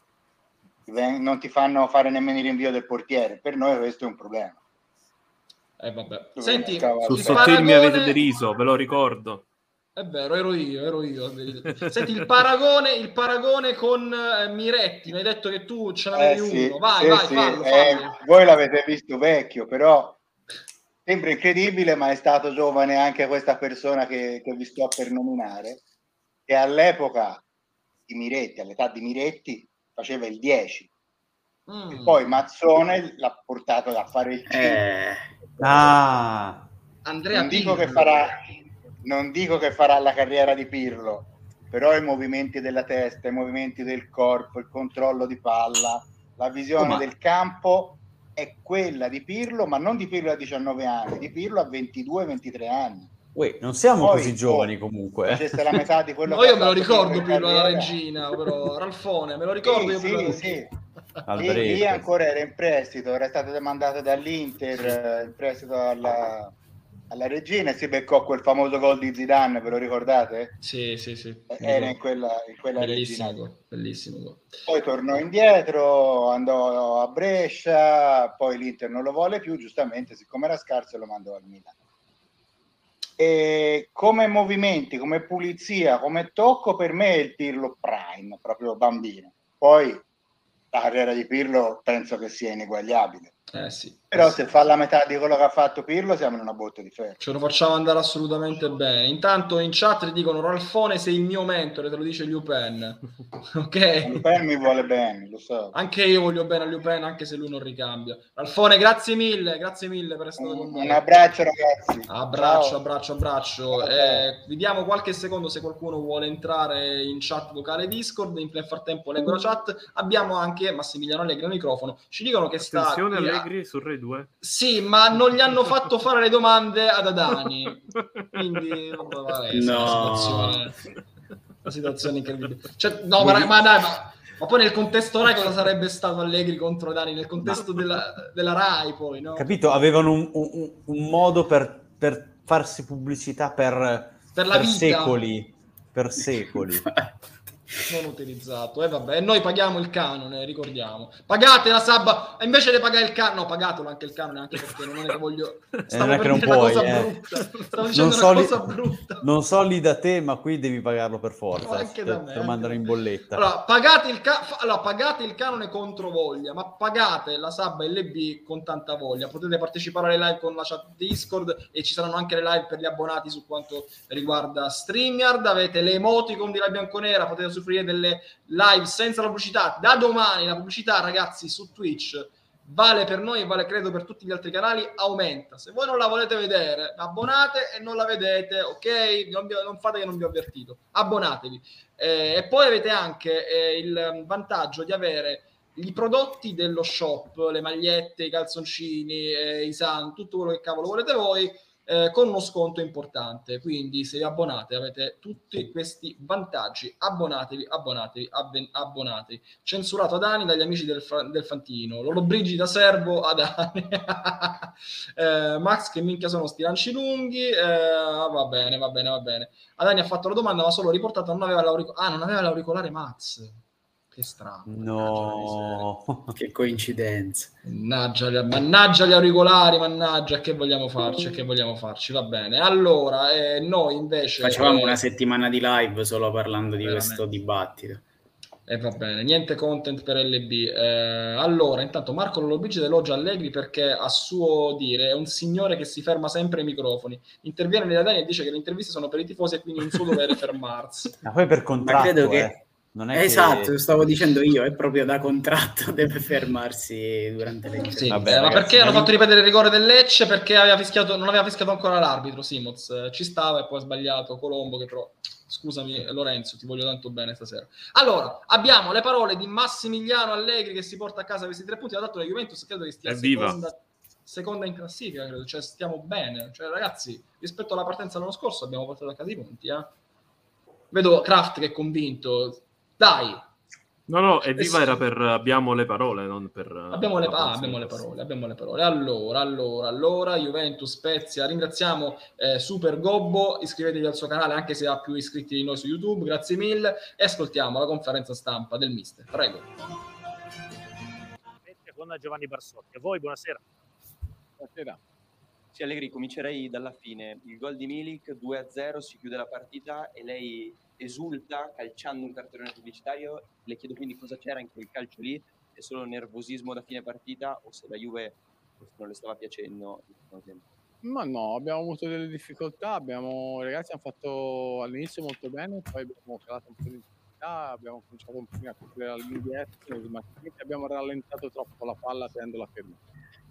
non ti fanno fare nemmeno il rinvio del portiere. Per noi questo è un problema. Eh, vabbè. Dovremmo Senti, su il Sottil paragone... mi avete deriso, ve lo ricordo. È vero, ero io, ero io. Senti, il paragone, il paragone con eh, Miretti, mi hai detto che tu ce n'avevi eh, sì, uno. Vai, sì, vai, sì. fallo, Eh, fallo. voi l'avete visto vecchio, però sembra incredibile, ma è stato giovane anche questa persona che, che vi sto per nominare, che all'epoca di Miretti, all'età di Miretti, faceva il dieci. Mm. E poi Mazzone l'ha portato a fare il cinque. Eh. Ah, Andrea non dico Pirlo. che farà non dico che farà la carriera di Pirlo, però i movimenti della testa, i movimenti del corpo, il controllo di palla, la visione Oh, ma- del campo è quella di Pirlo, ma non di Pirlo a diciannove anni, di Pirlo a ventidue ventitré anni. uè, non siamo Poi, così giovani oh, comunque. eh. facesse la metà di quello No, che io ha me lo fatto ricordo Pirlo in Pirlo alla carriera. regina, però Ralfone, me lo ricordo Sì, io Pirlo alla sì, regina. sì. Al Lì, lì Brescia. ancora era in prestito, era stato demandato dall'Inter eh, in prestito alla, alla Regina e si beccò quel famoso gol di Zidane, ve lo ricordate? Sì, sì, sì. Eh, mi Era in ricordo. quella, in quella Bellissimo Regina. gol, bellissimo gol. Poi tornò indietro, andò a Brescia, poi l'Inter non lo vuole più, giustamente, siccome era scarso lo mandò al Milan. E come movimenti, come pulizia, come tocco, per me è il Pirlo prime, proprio bambino. Poi la carriera di Pirlo penso che sia ineguagliabile. Eh sì. Però eh sì. se fa la metà di quello che ha fatto Pirlo siamo in una botte di ferro. Ce lo facciamo andare assolutamente bene. Intanto in chat ti dicono Ralfone sei il mio mentore, te lo dice Liu Pen. Ok? Lupin mi vuole bene, lo so. Anche io voglio bene a Liu Pen, anche se lui non ricambia. Ralfone, grazie mille, grazie mille per essere stato con Un, noi. un abbraccio ragazzi. Abbraccio, Ciao. abbraccio, abbraccio. Ciao, ciao. Eh, vi diamo qualche secondo se qualcuno vuole entrare in chat vocale Discord. Nel frattempo leggo la chat. Abbiamo anche Massimiliano Allegri al microfono. Ci dicono che sta Attenzione qui a- Allegri su Rai due. Sì, ma non gli hanno fatto fare le domande ad Adani. Quindi vabbè, è una No. situazione una situazione incredibile. Cioè, no, ma, ma dai, ma, ma poi nel contesto Rai cosa sarebbe stato Allegri contro Adani? Nel contesto della, della Rai poi, no? Capito? Avevano un, un- un modo per, per farsi pubblicità per, Per la vita. secoli. Per secoli. Non utilizzato, e vabbè, e noi paghiamo il canone, ricordiamo. Pagate la sub, e invece di pagare il canone, no, pagatelo anche il canone, anche perché non è che voglio. Stavo non è per che non dire una puoi, cosa eh. brutta. Stavo Non dicendo so, una lì, cosa brutta. non so lì da te, ma qui devi pagarlo per No, forza. anche te, da me, te lo anche mandano da in me. bolletta. Allora pagate, il ca- allora, pagate il canone contro voglia, ma pagate la sub L B con tanta voglia. Potete partecipare alle live con la chat Discord e ci saranno anche le live per gli abbonati su quanto riguarda StreamYard. Avete le emoticon di La Bianconera, potete usufruire delle live senza la pubblicità. Da domani la pubblicità, ragazzi, su Twitch vale per noi e vale credo per tutti gli altri canali, aumenta. Se voi non la volete vedere, abbonate e non la vedete, ok? Non, vi, non fate che non vi ho avvertito, abbonatevi. Eh, e poi avete anche eh, il vantaggio di avere i prodotti dello shop, le magliette, i calzoncini, eh, i san, tutto quello che cavolo volete voi, eh, con uno sconto importante. Quindi se vi abbonate avete tutti questi vantaggi. Abbonatevi, abbonatevi, abben- abbonatevi. Censurato ad Ani dagli amici del, fa- del Fantino. Lolo Brigi da servo ad Ani. eh, Max, che minchia sono sti lanci lunghi. Eh, va bene, va bene, va bene. Adani ha fatto la domanda, ma solo riportato, non aveva l'auricolare. Ah, non aveva l'auricolare Max. Che strano. No. Che coincidenza. Mannaggia, gli- mannaggia gli auricolari, mannaggia, che vogliamo farci? Che vogliamo farci? Va bene. Allora, eh, noi invece... Facevamo eh, una settimana di live solo parlando di veramente. questo dibattito. E eh, va bene, niente content per L B. Eh, allora, intanto Marco Lollobrigida elogia Allegri perché a suo dire è un signore che si ferma sempre ai microfoni. Interviene nella Dani e dice che le interviste sono per i tifosi e quindi un suo dovere fermarsi. Ma poi per Ma contratto, credo che... eh. Non è esatto, che... stavo dicendo io, è proprio da contratto, deve fermarsi durante le interviste. Sì, Vabbè, eh, ma ragazzi, perché hanno ma- fatto ripetere il rigore del Lecce? Perché aveva fischiato, non aveva fischiato ancora l'arbitro, Simoz. Eh, ci stava e poi ha sbagliato Colombo, che però... Scusami Lorenzo, ti voglio tanto bene stasera. Allora, abbiamo le parole di Massimiliano Allegri che si porta a casa questi tre punti. Ha dato la Juventus, credo che stia Evviva. seconda, seconda in classifica, credo. Cioè stiamo bene. Cioè ragazzi, rispetto alla partenza dell'anno scorso abbiamo portato a casa i punti. Eh? Vedo Kraft che è convinto. Dai! No, no, evviva Eh sì. era per abbiamo le parole, non per... Abbiamo le, la ah, panza abbiamo in le classifica. parole, abbiamo le parole. Allora, allora, allora, Juventus, Spezia, ringraziamo eh, Super Gobbo, iscrivetevi al suo canale anche se ha più iscritti di noi su YouTube, grazie mille, e ascoltiamo la conferenza stampa del mister. Prego. Con Giovanni Barsotti. A voi, buonasera. Buonasera. Sì, Allegri, comincerei dalla fine. Il gol di Milik, due a zero, si chiude la partita e lei esulta calciando un cartellone pubblicitario. Le chiedo quindi cosa c'era in quel calcio lì, è solo nervosismo da fine partita o se la Juve non le stava piacendo? Ma no, abbiamo avuto delle difficoltà, abbiamo, i ragazzi hanno fatto all'inizio molto bene, poi abbiamo calato un po' di intensità, abbiamo cominciato un po' a correre all'indietro, abbiamo rallentato troppo la palla tenendola ferma.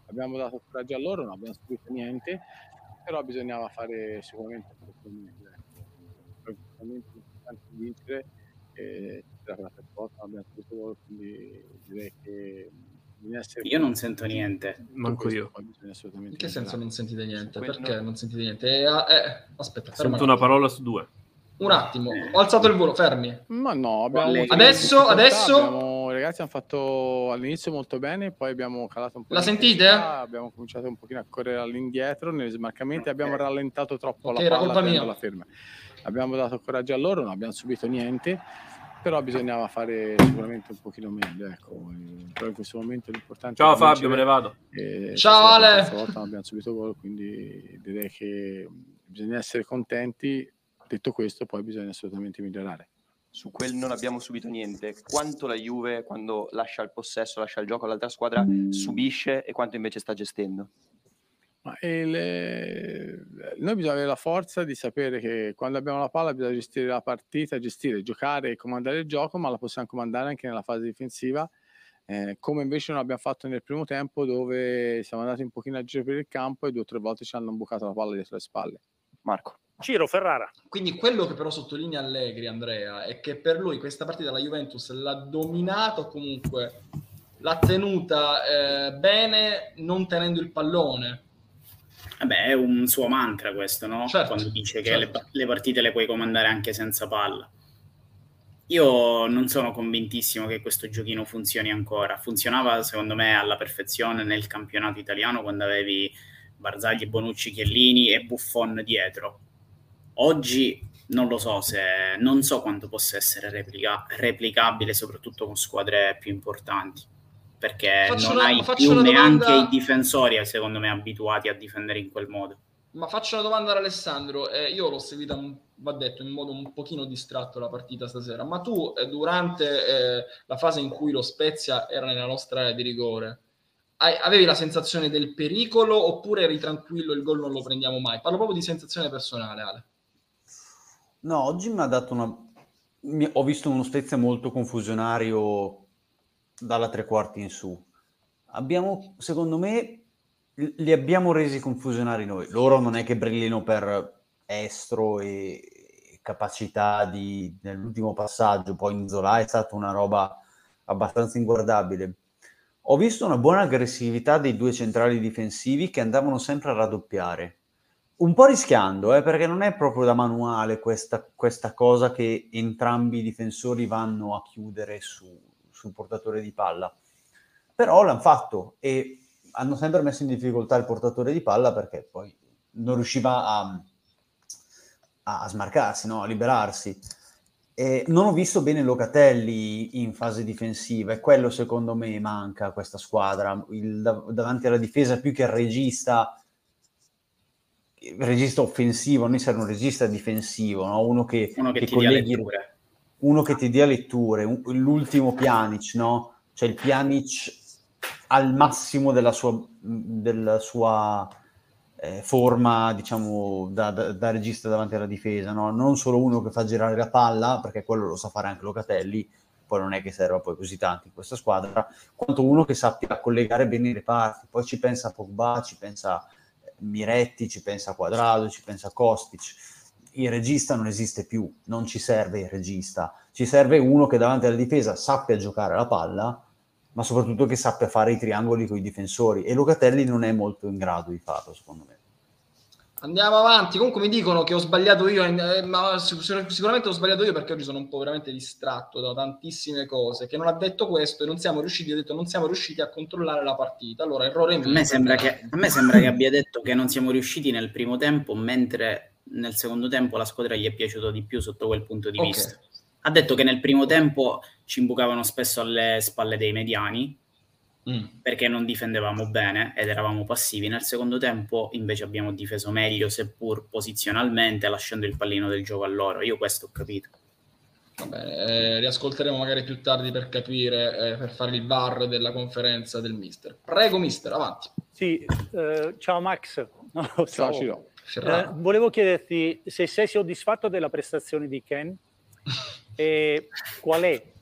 abbiamo dato coraggio a loro, non abbiamo subito niente, però bisognava fare sicuramente un po' meglio, ecco. Sicuramente è importante vincere, e la terza volta non abbiamo subito gol, quindi direi che bisogna essere... Io non sento niente. Manco io. In che senso non sentite niente? Quello- Perché non sentite niente? Eh, eh, aspetta, ferma Sento un una attimo. parola su due. Un attimo, ho alzato il volo, fermi. Ma no, abbiamo Quale- avuto delle Adesso- difficoltà, adesso? abbiamo- i ragazzi hanno fatto all'inizio molto bene, poi abbiamo calato un po'. La di sentite? intensità, abbiamo cominciato un pochino a correre all'indietro nei smarcamenti, Ok. abbiamo rallentato troppo Ok, la era palla colpa mia. tenendola ferma. Abbiamo dato coraggio a loro, non abbiamo subito niente, però bisognava fare sicuramente un pochino meglio, ecco. Eh, Però in questo momento l'importante Ciao è Fabio, vincere. me ne vado. E Ciao, stasera, Ale! la terza volta non abbiamo subito gol, quindi direi che bisogna essere contenti. Detto questo, poi bisogna assolutamente migliorare. Su quel non abbiamo subito niente. Quanto la Juve, quando lascia il possesso, lascia il gioco all'altra squadra, subisce e quanto invece sta gestendo? Ma il, eh, noi bisogna avere la forza di sapere che quando abbiamo la palla bisogna gestire la partita, gestire, giocare e comandare il gioco, ma la possiamo comandare anche nella fase difensiva, eh, come invece non abbiamo fatto nel primo tempo, dove siamo andati un pochino a giro per il campo e due o tre volte ci hanno bucato la palla dietro le spalle. Marco. Ciro Ferrara. Quindi quello che però sottolinea Allegri, Andrea, è che per lui questa partita la Juventus l'ha dominata o comunque l'ha tenuta eh, bene non tenendo il pallone. Vabbè, è un suo mantra questo, no? Certo, Quando dice che certo. le, le partite le puoi comandare anche senza palla. Io non sono convintissimo che questo giochino funzioni ancora. Funzionava secondo me alla perfezione nel campionato italiano quando avevi Barzagli, Bonucci, Chiellini e Buffon dietro. Oggi non lo so se non so quanto possa essere replica- replicabile, soprattutto con squadre più importanti, perché Faccio non una- hai faccio più una neanche domanda- i difensori, secondo me, abituati a difendere in quel modo. Ma faccio una domanda ad Alessandro. Eh, io l'ho seguita, un- va detto, in modo un pochino distratto la partita stasera, ma tu eh, durante eh, la fase in cui lo Spezia era nella nostra area di rigore, hai- avevi la sensazione del pericolo oppure eri tranquillo, il gol non lo prendiamo mai? Parlo proprio di sensazione personale, Ale. No, oggi mi ha dato una... mi- Ho visto uno Spezia molto confusionario dalla tre quarti in su. Abbiamo, secondo me, li li abbiamo resi confusionari noi. Loro non è che brillino per estro e capacità di... nell'ultimo passaggio, poi in Zola è stata una roba abbastanza inguardabile. Ho visto una buona aggressività dei due centrali difensivi che andavano sempre a raddoppiare. Un po' rischiando, eh, perché non è proprio da manuale questa, questa cosa che entrambi i difensori vanno a chiudere su, sul portatore di palla. Però l'hanno fatto e hanno sempre messo in difficoltà il portatore di palla perché poi non riusciva a, a, a smarcarsi, no? A liberarsi. E non ho visto bene Locatelli in fase difensiva e quello secondo me manca a questa squadra. Il, dav- davanti alla difesa più che il regista... il regista offensivo, noi serve un regista difensivo, no? Uno che, Uno che che ti dia colleghi, letture. uno che ti dia letture, un- l'ultimo Pjanic, no? Cioè il Pjanic al massimo della sua, della sua eh, forma, diciamo, da, da, da regista davanti alla difesa, no? Non solo uno che fa girare la palla, perché quello lo sa fare anche Locatelli, poi non è che serva poi così tanti in questa squadra, quanto uno che sappia collegare bene i reparti, poi ci pensa Pogba, ci pensa Miretti, ci pensa Quadrado, ci pensa Kostic. Il regista non esiste più, non ci serve il regista, ci serve uno che davanti alla difesa sappia giocare la palla, ma soprattutto che sappia fare i triangoli con i difensori, e Locatelli non è molto in grado di farlo, secondo me. Andiamo avanti. Comunque mi dicono che ho sbagliato io, eh, ma sicur- sicuramente ho sbagliato io perché oggi sono un po' veramente distratto da tantissime cose. Che non ha detto questo e non siamo riusciti, ha detto non siamo riusciti a controllare la partita. Allora, errore mio. A me sembra che, a me sembra che abbia detto che non siamo riusciti nel primo tempo, mentre nel secondo tempo la squadra gli è piaciuta di più sotto quel punto di Ok. vista. Ha detto che nel primo tempo ci imbucavano spesso alle spalle dei mediani Mm. perché non difendevamo bene ed eravamo passivi. Nel secondo tempo invece abbiamo difeso meglio, seppur posizionalmente, lasciando il pallino del gioco a loro. Io questo ho capito. Va bene, eh, riascolteremo magari più tardi per capire, eh, per fare il V A R della conferenza del mister. Prego mister, avanti. Sì, eh, ciao Max. Non lo so. Ciao, Ciro. Eh, Ferrara. volevo chiederti se sei soddisfatto della prestazione di Ken e qual è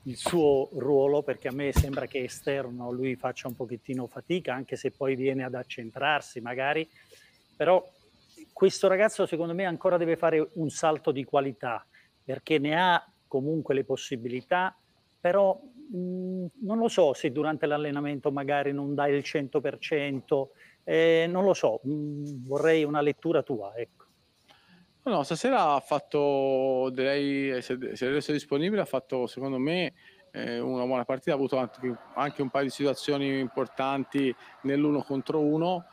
il suo ruolo, perché a me sembra che esterno lui faccia un pochettino fatica, anche se poi viene ad accentrarsi magari, però questo ragazzo secondo me ancora deve fare un salto di qualità, perché ne ha comunque le possibilità, però mh, non lo so se durante l'allenamento magari non dai il cento per cento, eh, non lo so, mh, vorrei una lettura tua, ecco. No, stasera ha fatto, direi, se, se adesso è disponibile, ha fatto secondo me eh, una buona partita, ha avuto anche, anche un paio di situazioni importanti nell'uno contro uno,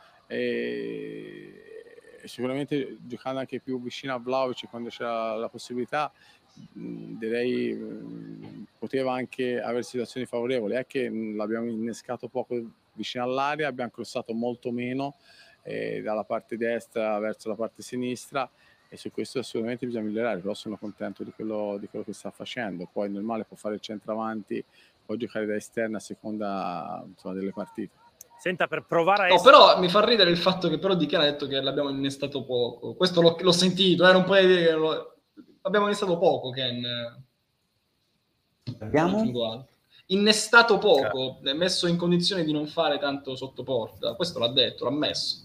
e sicuramente giocando anche più vicino a Vlahovic quando c'era la possibilità, mh, direi mh, poteva anche avere situazioni favorevoli. È che mh, l'abbiamo innescato poco vicino all'area, abbiamo crossato molto meno eh, dalla parte destra verso la parte sinistra, e su questo assolutamente bisogna migliorare, però sono contento di quello, di quello che sta facendo. Poi normale può fare il centravanti, può giocare da esterna a seconda, insomma, delle partite. Senta, per provare a No, essere... però mi fa ridere il fatto che però Di Ken ha detto che l'abbiamo innestato poco. Questo l'ho, l'ho sentito, eh, non puoi dire che lo... abbiamo innestato poco, Ken. Abbiamo? Innestato poco, è messo in condizione di non fare tanto sotto porta. Questo l'ha detto, l'ha messo.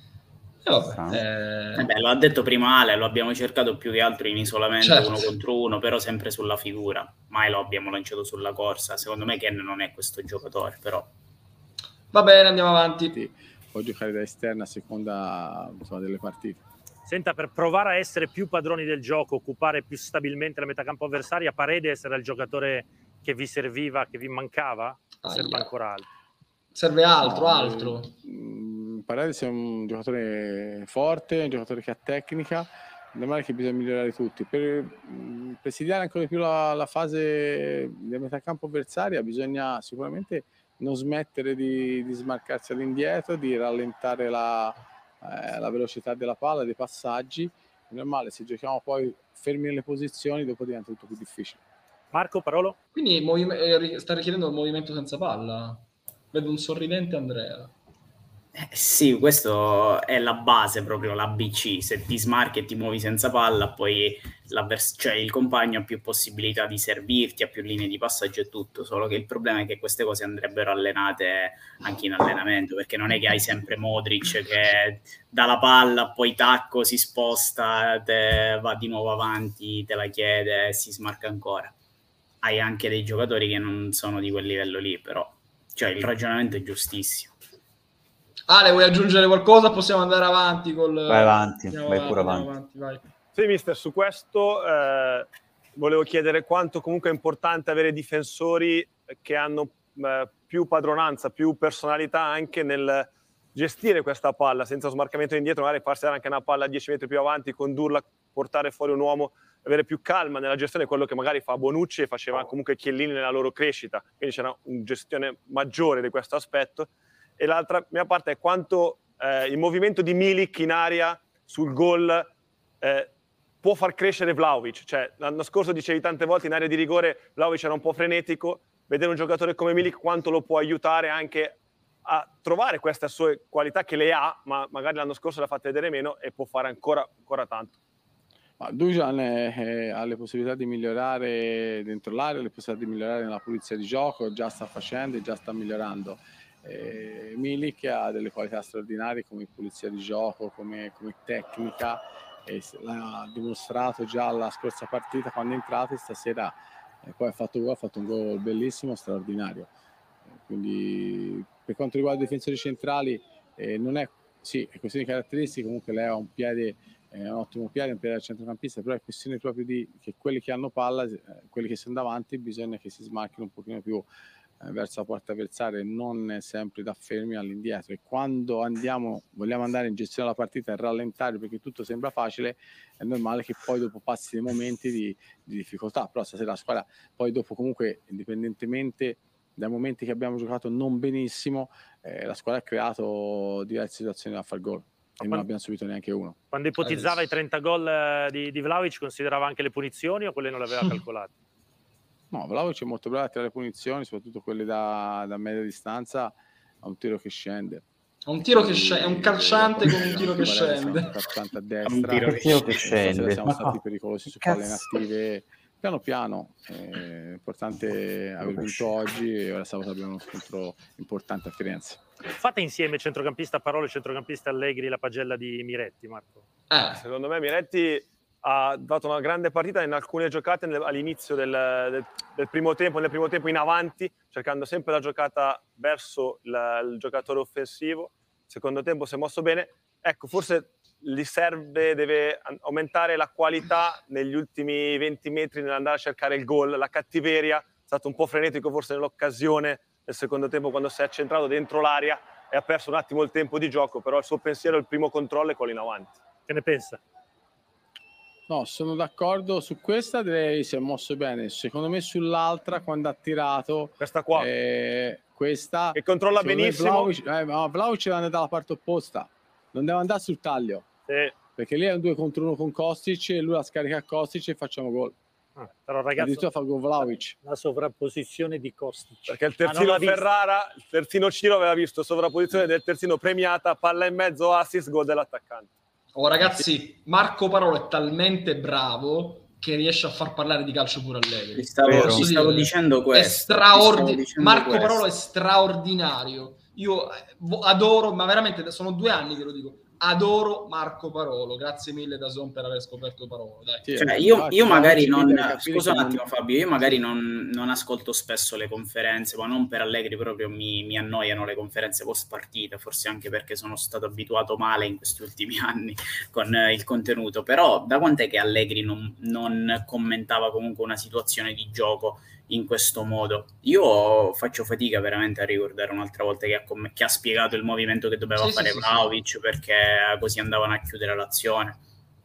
E vabbè, eh... Eh beh, lo ha detto prima Ale, lo abbiamo cercato più che altro in isolamento, certo, uno contro uno, però sempre sulla figura. Mai lo abbiamo lanciato sulla corsa. Secondo me Ken non è questo giocatore, però... Va bene, andiamo avanti. Sì, può giocare da esterna a seconda, insomma, delle partite. Senta, per provare a essere più padroni del gioco, occupare più stabilmente la metacampo avversaria, Paredes era il giocatore che vi serviva, che vi mancava? Ah, Serve yeah. ancora altro? Serve altro, no, altro. Eh, Paredes è un giocatore forte, un giocatore che ha tecnica, normale che bisogna migliorare tutti. Per mh, presidiare ancora di più la, la fase del metacampo avversaria bisogna sicuramente non smettere di, di smarcarsi all'indietro, di rallentare la, eh, la velocità della palla, dei passaggi. È normale, se giochiamo poi fermi nelle posizioni, dopo diventa tutto più difficile. Marco, Parolo? Quindi movim- eh, sta richiedendo il movimento senza palla? Vedo un sorridente Andrea. Eh, sì, questo è la base proprio, l'A B C. Se ti smarchi e ti muovi senza palla, poi cioè il compagno ha più possibilità di servirti, ha più linee di passaggio e tutto, solo che il problema è che queste cose andrebbero allenate anche in allenamento, perché non è che hai sempre Modric che dà la palla, poi tacco, si sposta, te va di nuovo avanti, te la chiede e si smarca ancora. Hai anche dei giocatori che non sono di quel livello lì, però cioè il ragionamento è giustissimo. Ale, vuoi aggiungere qualcosa? Possiamo andare avanti col... Vai avanti, andiamo vai avanti, pure andiamo avanti. avanti, vai. Sì, mister, su questo eh, volevo chiedere quanto comunque è importante avere difensori che hanno eh, più padronanza, più personalità anche nel gestire questa palla senza smarcamento indietro, magari farsi anche una palla dieci metri più avanti, condurla, portare fuori un uomo, avere più calma nella gestione, quello che magari fa Bonucci e faceva comunque Chiellini nella loro crescita, quindi c'era una gestione maggiore di questo aspetto. E l'altra mia parte è quanto eh, il movimento di Milik in aria sul gol eh, può far crescere Vlahovic. Cioè, l'anno scorso dicevi tante volte in area di rigore Vlahovic era un po' frenetico, vedere un giocatore come Milik quanto lo può aiutare anche a trovare queste sue qualità che le ha, ma magari l'anno scorso l'ha fatta vedere meno e può fare ancora, ancora tanto. Ma Dusan eh, ha le possibilità di migliorare dentro l'area, le possibilità di migliorare nella pulizia di gioco, già sta facendo e già sta migliorando. Eh, Milik ha delle qualità straordinarie come pulizia di gioco, come, come tecnica, e l'ha dimostrato già la scorsa partita quando è entrato, e stasera eh, poi ha fatto, ha fatto un gol bellissimo, straordinario. Eh, quindi per quanto riguarda i difensori centrali eh, non è, sì, è questione di caratteristiche, comunque lei ha un piede, eh, un ottimo piede, un piede da centrocampista, però è questione proprio di che quelli che hanno palla, eh, quelli che sono davanti, bisogna che si smarchino un pochino più verso la porta avversaria e non sempre da fermi all'indietro. E quando andiamo, vogliamo andare in gestione della partita e rallentare perché tutto sembra facile, è normale che poi dopo passi dei momenti di, di difficoltà. Però stasera la squadra poi dopo comunque, indipendentemente dai momenti che abbiamo giocato non benissimo, eh, la squadra ha creato diverse situazioni da far gol e quando, non abbiamo subito neanche uno. Quando ipotizzava i trenta gol di, di Vlahovic, considerava anche le punizioni o quelle non le aveva calcolate? No, Vlahovic è molto bravo a tirare le punizioni, soprattutto quelle da, da media distanza, a un tiro che scende. È un tiro che scende, è un calciante con un tiro che scende. Un calciante a destra. Un tiro che, tiro che scende. Siamo stati pericolosi su palle inattive piano piano, è importante aver vinto oggi e ora sabato abbiamo uno scontro importante a Firenze. Fate insieme centrocampista Parolo e centrocampista Allegri la pagella di Miretti, Marco. Eh. Secondo me Miretti ha dato una grande partita in alcune giocate all'inizio del, del, del primo tempo, nel primo tempo in avanti, cercando sempre la giocata verso la, il giocatore offensivo. Secondo tempo si è mosso bene. Ecco, forse gli serve, deve aumentare la qualità negli ultimi venti metri nell'andare a cercare il gol. La cattiveria, è stato un po' frenetico forse nell'occasione nel secondo tempo quando si è accentrato dentro l'area e ha perso un attimo il tempo di gioco, però il suo pensiero, il primo controllo è quello in avanti. Che ne pensa? No, sono d'accordo su questa, direi si è mosso bene. Secondo me sull'altra, quando ha tirato... Questa qua. Eh, questa... Che controlla benissimo. Vlahovic, eh, ma Vlahovic deve andare dalla parte opposta. Non deve andare sul taglio. Sì. Perché lì è un due contro uno con Kostic e lui la scarica a Kostic e facciamo gol. Ah, però ragazzi, addirittura fa gol Vlahovic. La sovrapposizione di Kostic. Perché il terzino Ferrara, il terzino Ciro aveva visto sovrapposizione del terzino premiata, palla in mezzo, assist, gol dell'attaccante. Oh ragazzi, Marco Parolo è talmente bravo che riesce a far parlare di calcio pure Allegri. Ti stavo, ti stavo dicendo questo. È straordinario. Dicendo Marco questo. Parolo è straordinario. Io adoro, ma veramente sono due anni che lo dico. Adoro Marco Parolo, grazie mille da Zon per aver scoperto Parolo. Dai. Cioè, io, io magari non scusa un attimo Fabio, io magari non, non ascolto spesso le conferenze, ma non per Allegri, proprio mi, mi annoiano le conferenze post partita, forse anche perché sono stato abituato male in questi ultimi anni con eh, il contenuto, però da quant'è che Allegri non, non commentava comunque una situazione di gioco in questo modo? Io faccio fatica veramente a ricordare un'altra volta che ha, com- che ha spiegato il movimento che doveva Sì, fare sì, sì, Vlahovic sì. perché così andavano a chiudere l'azione.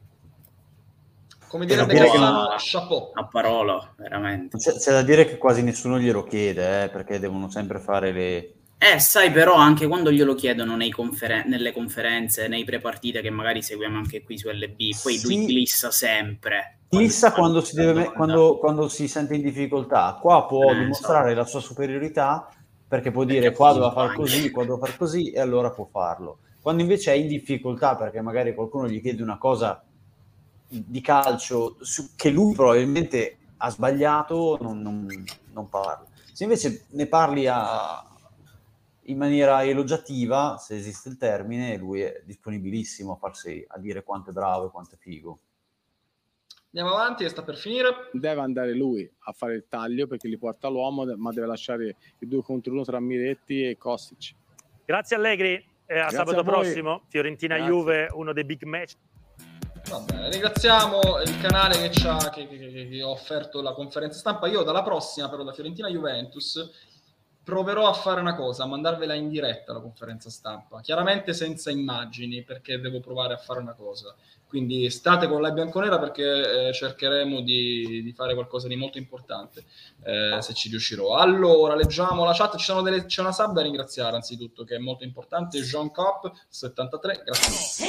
Come dire, dire che no, chapeau. A parola, veramente. C'è, c'è da dire che quasi nessuno glielo chiede, eh, perché devono sempre fare le... Eh, sai, però anche quando glielo chiedono nei conferen- nelle conferenze, nei pre-partite che magari seguiamo anche qui su L B, poi Sì. lui glissa sempre. Glissa quando si, deve, me- quando, quando si sente in difficoltà. Qua può Eh, dimostrare so. la sua superiorità, perché può Perché dire qua poi doveva fare sbaglia. così, qua doveva fare così, e allora può farlo. Quando invece è in difficoltà, perché magari qualcuno gli chiede una cosa di calcio su, che lui probabilmente ha sbagliato, non, non, non parla. Se invece ne parli a, in maniera elogiativa, se esiste il termine, lui è disponibilissimo a farsi, a dire quanto è bravo e quanto è figo. Andiamo avanti, che sta per finire. Deve andare lui a fare il taglio perché li porta l'uomo, ma deve lasciare il due contro uno tra Miretti e Kostic. Grazie Allegri, eh, a Grazie sabato a voi. prossimo, Fiorentina-Juve, uno dei big match. Va bene, ringraziamo il canale che ci ha che, che, che, che ha offerto la conferenza stampa. Io dalla prossima, però, da Fiorentina-Juventus, proverò a fare una cosa, a mandarvela in diretta la conferenza stampa, chiaramente senza immagini, perché devo provare a fare una cosa. Quindi state con la bianconera perché eh, cercheremo di, di fare qualcosa di molto importante, eh, se ci riuscirò. Allora, leggiamo la chat, ci sono delle, c'è una sub da ringraziare anzitutto, che è molto importante, Jean Cop settantatré, grazie.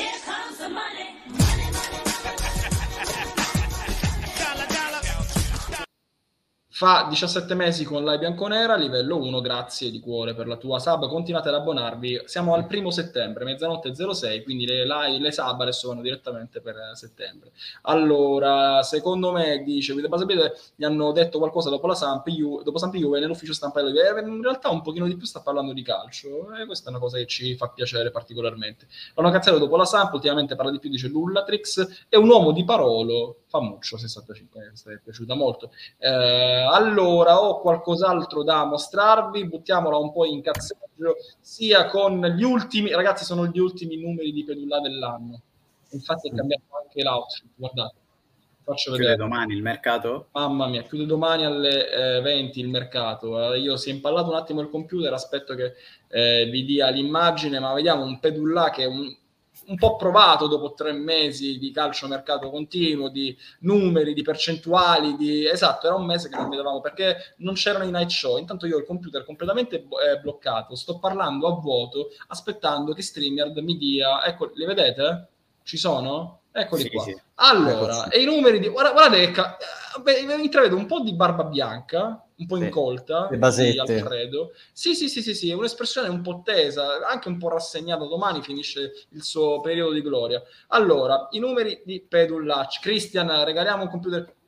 Fa diciassette mesi con la bianconera, livello uno, grazie di cuore per la tua sub, continuate ad abbonarvi, siamo al primo settembre, mezzanotte zero sei, quindi le, le, le sub adesso vanno direttamente per settembre. Allora, secondo me, dice, Guido Basabile, gli hanno detto qualcosa dopo la Samp, Ju, dopo Samp Juve nell'ufficio stampa, in realtà un pochino di più sta parlando di calcio, e questa è una cosa che ci fa piacere particolarmente. L'hanno cazzato dopo la Samp, ultimamente parla di più, dice Lullatrix, è un uomo di Parolo, Famuccio sessantacinque, questa è piaciuta molto. Eh, allora, ho qualcos'altro da mostrarvi, buttiamola un po' in cazzeggio, sia con gli ultimi, ragazzi sono gli ultimi numeri di Pedulla dell'anno, infatti è cambiato anche l'outfit, guardate, faccio Chiude vedere. domani il mercato? Mamma mia, chiude domani alle eh, venti il mercato, eh, io si è impallato un attimo il computer, aspetto che eh, vi dia l'immagine, ma vediamo un Pedulla che è un un po' provato dopo tre mesi di calcio mercato continuo, di numeri, di percentuali, di... esatto, era un mese che non vedevamo perché non c'erano i night show, intanto io ho il computer completamente eh, bloccato, sto parlando a vuoto aspettando che StreamYard mi dia, ecco, li vedete? Ci sono? Eccoli Sì, qua. sì. Allora, e i numeri di... Guarda, guardate che... ca- beh, intravedo un po' di barba bianca, un po' Sì, incolta, le di basette. Alfredo. Sì, sì, sì, sì, sì, è un'espressione un po' tesa, anche un po' rassegnata. Domani finisce il suo periodo di gloria. Allora, i numeri di Pedullac. Christian, regaliamo un computer.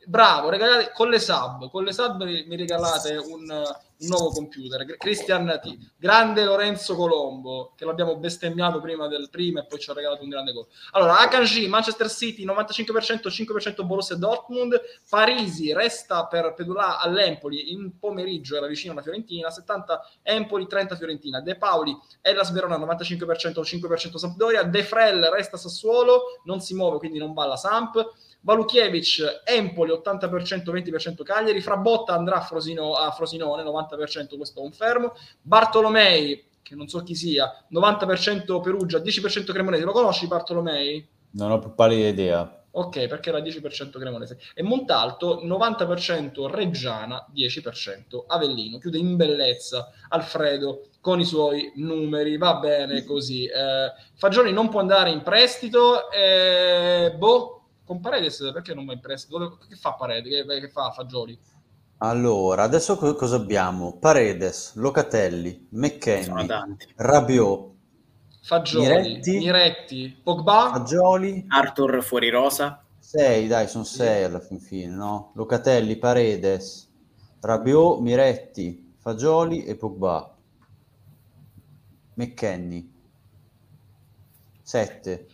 Bravo, regalate con le sub, con le sub mi regalate un, un nuovo computer. Cristian, ti, grande Lorenzo Colombo, che l'abbiamo bestemmiato prima del prima e poi ci ha regalato un grande gol. Allora, Akanji, Manchester City, novantacinque per cento, cinque per cento Borussia Dortmund. Parisi resta per Pedulà all'Empoli, in pomeriggio era vicino alla Fiorentina, settanta Empoli, trenta Fiorentina. De Pauli, Hellas Verona, novantacinque per cento, cinque per cento Sampdoria. De Frel resta Sassuolo, non si muove, quindi non va alla Samp. Valukiewicz, Empoli, ottanta per cento, venti per cento Cagliari. Frabotta andrà a, Frosino, a Frosinone, novanta per cento, questo confermo. Bartolomei, che non so chi sia, novanta per cento Perugia, dieci per cento Cremonese. Lo conosci Bartolomei? Non ho più pallida idea. Ok, perché era dieci per cento Cremonese. E Montalto, novanta per cento Reggiana, dieci per cento Avellino. Chiude in bellezza Alfredo con i suoi numeri. Va bene così. Eh, Fagioli non può andare in prestito. Eh, boh. Con Paredes perché non va in prestito? Dove, che fa Paredes? Che, che fa Fagioli? Allora, adesso co- cosa abbiamo? Paredes, Locatelli, McKennie, Rabiot, Fagioli, Miretti, Miretti, Pogba, Fagioli, Arthur fuori rosa. sei, dai, sono sei alla fin fine, no? Locatelli, Paredes, Rabiot, Miretti, Fagioli e Pogba. McKennie. Sette.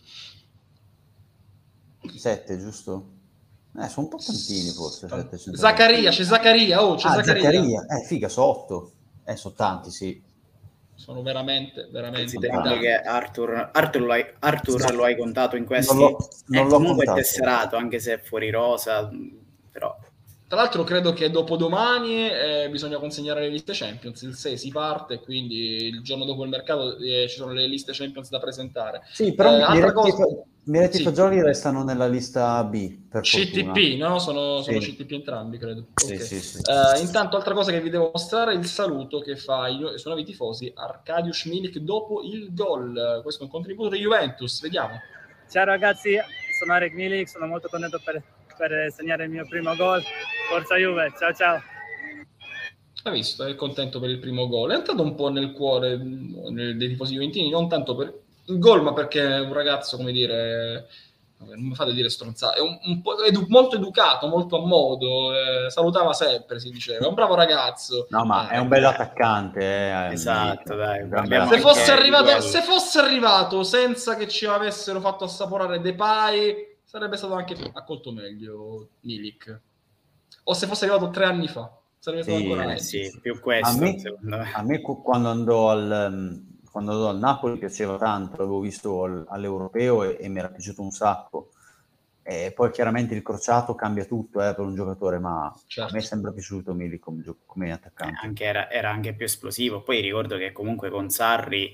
Sette, giusto? Eh, sono un po' tantini forse. sette, Zaccaria, c'è Zaccaria, oh, c'è ah, Zaccaria. Zaccaria. Eh, figa, sono otto. Eh, sono tanti, sì. Sono veramente, veramente considerando che Arthur, Arthur, lo hai, Arthur no. lo hai contato in questi, non l'ho, non è l'ho comunque contato. tesserato, anche se è fuori rosa, però... Tra l'altro credo che dopodomani eh, bisogna consegnare le liste Champions, il sei si parte, quindi il giorno dopo il mercato eh, ci sono le liste Champions da presentare. Sì, però eh, Miretti, cosa... Miretti sì. e Fagioli restano nella lista B, per C T P, fortuna. no? Sono, sono sì. C T P entrambi, credo. Sì, okay. sì, sì. Uh, intanto, altra cosa che vi devo mostrare è il saluto che fa i suoi nuovi tifosi Arkadiusz Milik dopo il gol. Questo è un contributo di Juventus, vediamo. Ciao ragazzi, sono Arek Milik, sono molto contento per, per segnare il mio primo gol. Forza Juve, ciao ciao. Hai visto, è contento per il primo gol. È entrato un po' nel cuore nel, dei tifosi juventini, non tanto per il gol, ma perché è un ragazzo, come dire... non mi fate dire stronzate, è un, un po' edu- molto educato, molto a modo, eh, salutava sempre, si diceva, è un bravo ragazzo. No, ma eh, è un bel attaccante. Eh, esatto, dai. Se fosse, arrivato, se fosse arrivato senza che ci avessero fatto assaporare Depay, sarebbe stato anche accolto meglio Milik. O se fosse arrivato tre anni fa, sarebbe stato sì, ancora eh, meglio. Sì, più questo, a me, secondo me. A me quando andò al... quando andò al Napoli piaceva tanto, l'avevo visto al, all'Europeo e, e mi era piaciuto un sacco. E poi chiaramente il crociato cambia tutto eh, per un giocatore, ma certo. A me è sempre piaciuto Milik come, come attaccante. Eh, anche era, era anche più esplosivo. Poi ricordo che comunque con Sarri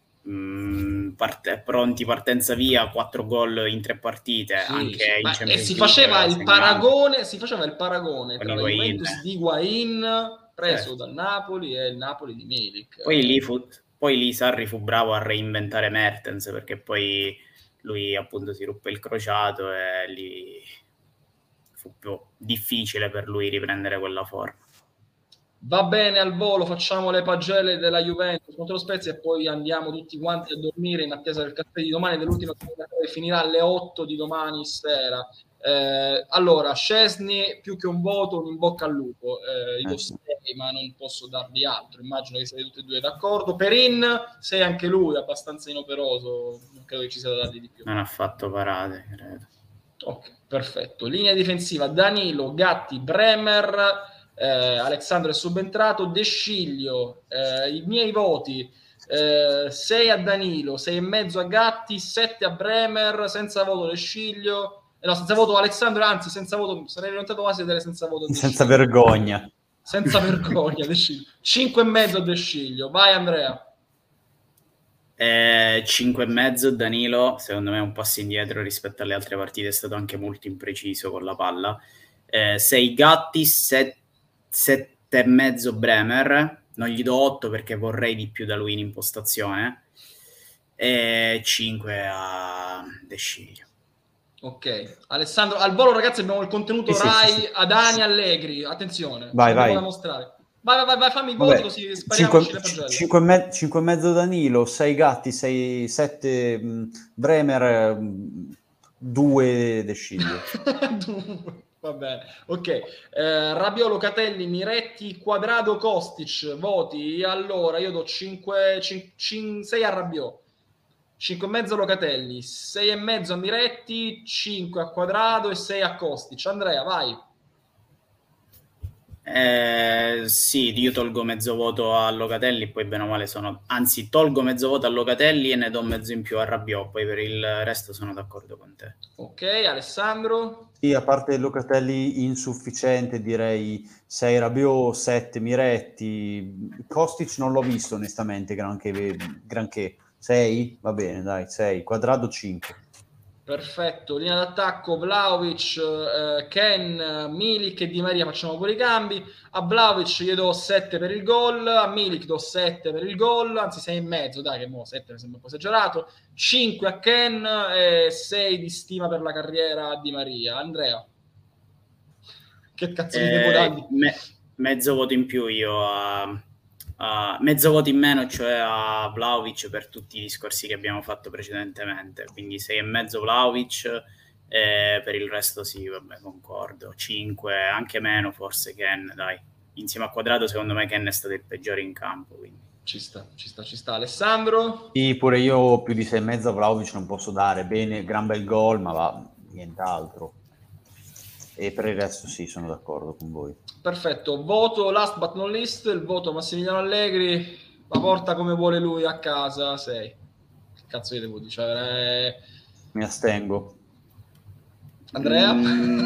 mh, parte, pronti partenza via, quattro gol in tre partite, sì, anche sì. in Ma, Champions e si League faceva il paragone, si faceva il paragone con tra la Juventus di Higuain preso certo. dal Napoli e il Napoli di Milik. Poi lì fu Poi lì Sarri fu bravo a reinventare Mertens, perché poi lui appunto si ruppe il crociato e lì fu più difficile per lui riprendere quella forma. Va bene, al volo facciamo le pagelle della Juventus contro lo Spezia e poi andiamo tutti quanti a dormire in attesa del caffè di domani, dell'ultima che finirà alle otto di domani sera. Eh, allora, Szczesny più che un voto, un in bocca al lupo. Eh, io sei, ma non posso darvi altro. Immagino che siete tutti e due d'accordo. Perin, sei anche lui abbastanza inoperoso, non credo che ci sia da dargli di più. Non ha fatto parate, credo. Ok, perfetto. Linea difensiva: Danilo, Gatti, Bremer, eh, Alexandro è subentrato, De Sciglio. Eh, I miei voti: sei a Danilo, sei e mezzo a Gatti, sette a Bremer, senza voto De Sciglio. No, senza voto Alessandro, anzi senza voto, sarei diventato quasi delle senza voto senza vergogna senza vergogna De Sciglio. cinque e mezzo De Sciglio. Vai Andrea. Eh, cinque e mezzo Danilo, secondo me un passo indietro rispetto alle altre partite, è stato anche molto impreciso con la palla. eh, sei Gatti, sette e mezzo Bremer, non gli do otto perché vorrei di più da lui in impostazione, e cinque a De Sciglio. Ok, Alessandro, al volo ragazzi abbiamo il contenuto sì, Rai sì, sì. ad Ani Allegri, attenzione, vai, vai. Da mostrare. Vai, vai, vai, fammi i voti. Vabbè, così spariamoci le pagelle. cinque e mezzo Danilo, sei Gatti, sei, sette Bremer, due De Sciglio. Va bene, ok. Eh, Rabiot, Locatelli, Miretti, Quadrado, Kostic, voti. Allora, io do cinque, cinque, sei a Rabiot, cinque e mezzo a Locatelli, sei e mezzo a Miretti, cinque a Quadrado e sei a Kostic. Andrea, vai. Eh, sì, io tolgo mezzo voto a Locatelli, poi bene o male sono... Anzi, tolgo mezzo voto a Locatelli e ne do mezzo in più a Rabiot, poi per il resto sono d'accordo con te. Ok, Alessandro? Sì, a parte Locatelli insufficiente, direi sei Rabiot, sette Miretti. Kostic non l'ho visto onestamente, granché. granché. sei? Va bene, dai, sei. Quadrado cinque. Perfetto, linea d'attacco Vlahovic, eh, Ken, Milik e Di Maria, facciamo pure i cambi. A Vlahovic gli do sette per il gol, a Milik do sette per il gol, anzi sei e mezzo, dai che mo sette mi sembra un po' esagerato, cinque a Ken e sei di stima per la carriera a Di Maria. Andrea, che cazzo di devo Eh, dargli? me- mezzo voto in più io a... a- mezzo voto in meno, cioè a Vlahovic, per tutti i discorsi che abbiamo fatto precedentemente, quindi sei e mezzo Vlahovic, e per il resto sì, vabbè, concordo, cinque, anche meno forse Ken, dai, insieme a Quadrado secondo me Ken è stato il peggiore in campo, quindi. Ci sta, ci sta, ci sta. Alessandro? Sì, pure io più di sei e mezzo a Vlahovic non posso dare. Bene, gran bel gol, ma va, nient'altro. E per il resto sì, sono d'accordo con voi. Perfetto, voto last but not least, il voto Massimiliano Allegri, la porta come vuole lui a casa, sei. Che cazzo io devo dire? Cioè, eh... Mi astengo. Andrea? Mm,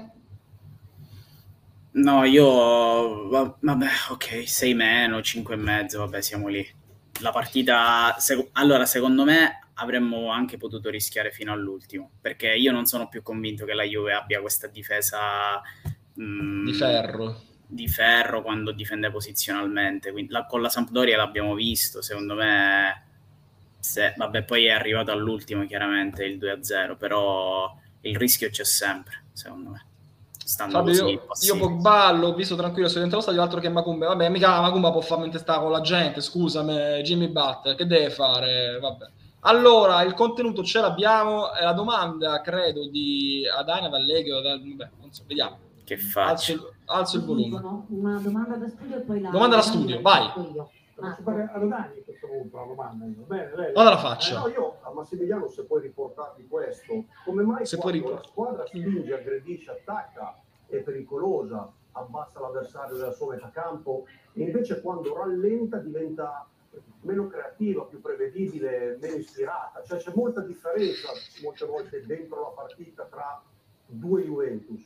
no, io va- vabbè, ok, sei meno, cinque e mezzo, vabbè, siamo lì. La partita, sec- allora, secondo me avremmo anche potuto rischiare fino all'ultimo, perché io non sono più convinto che la Juve abbia questa difesa mm, Di ferro. di ferro quando difende posizionalmente. Quindi la- con la Sampdoria l'abbiamo visto, secondo me, se, vabbè, poi è arrivato all'ultimo chiaramente il due a zero, però il rischio c'è sempre, secondo me. Stando Fabio, così io, passivi. io Pogba l'ho visto tranquillo, sto dentro lo stadio, altro che Macumba. Vabbè, mica Macumba può fare mentre sta con la gente, scusami, Jimmy Butler, che deve fare? Vabbè. Allora, il contenuto ce l'abbiamo, è la domanda, credo, di Adania, Valleghi, o da, beh, non so, vediamo. Che faccio? Alzo il, alzo il volume. Dicono una domanda da studio e poi la Domanda da studio, vai. io. Posso fare a Dani a questo punto la domanda? Io. Bene, lei. Guarda la faccia. Eh, no, io a Massimiliano, se puoi riportarti questo, come mai Se quando puoi la squadra spinge, aggredisce, attacca, è pericolosa, abbassa l'avversario della sua metà campo, e invece quando rallenta diventa meno creativa, più prevedibile, meno ispirata? Cioè c'è molta differenza molte volte dentro la partita tra due Juventus.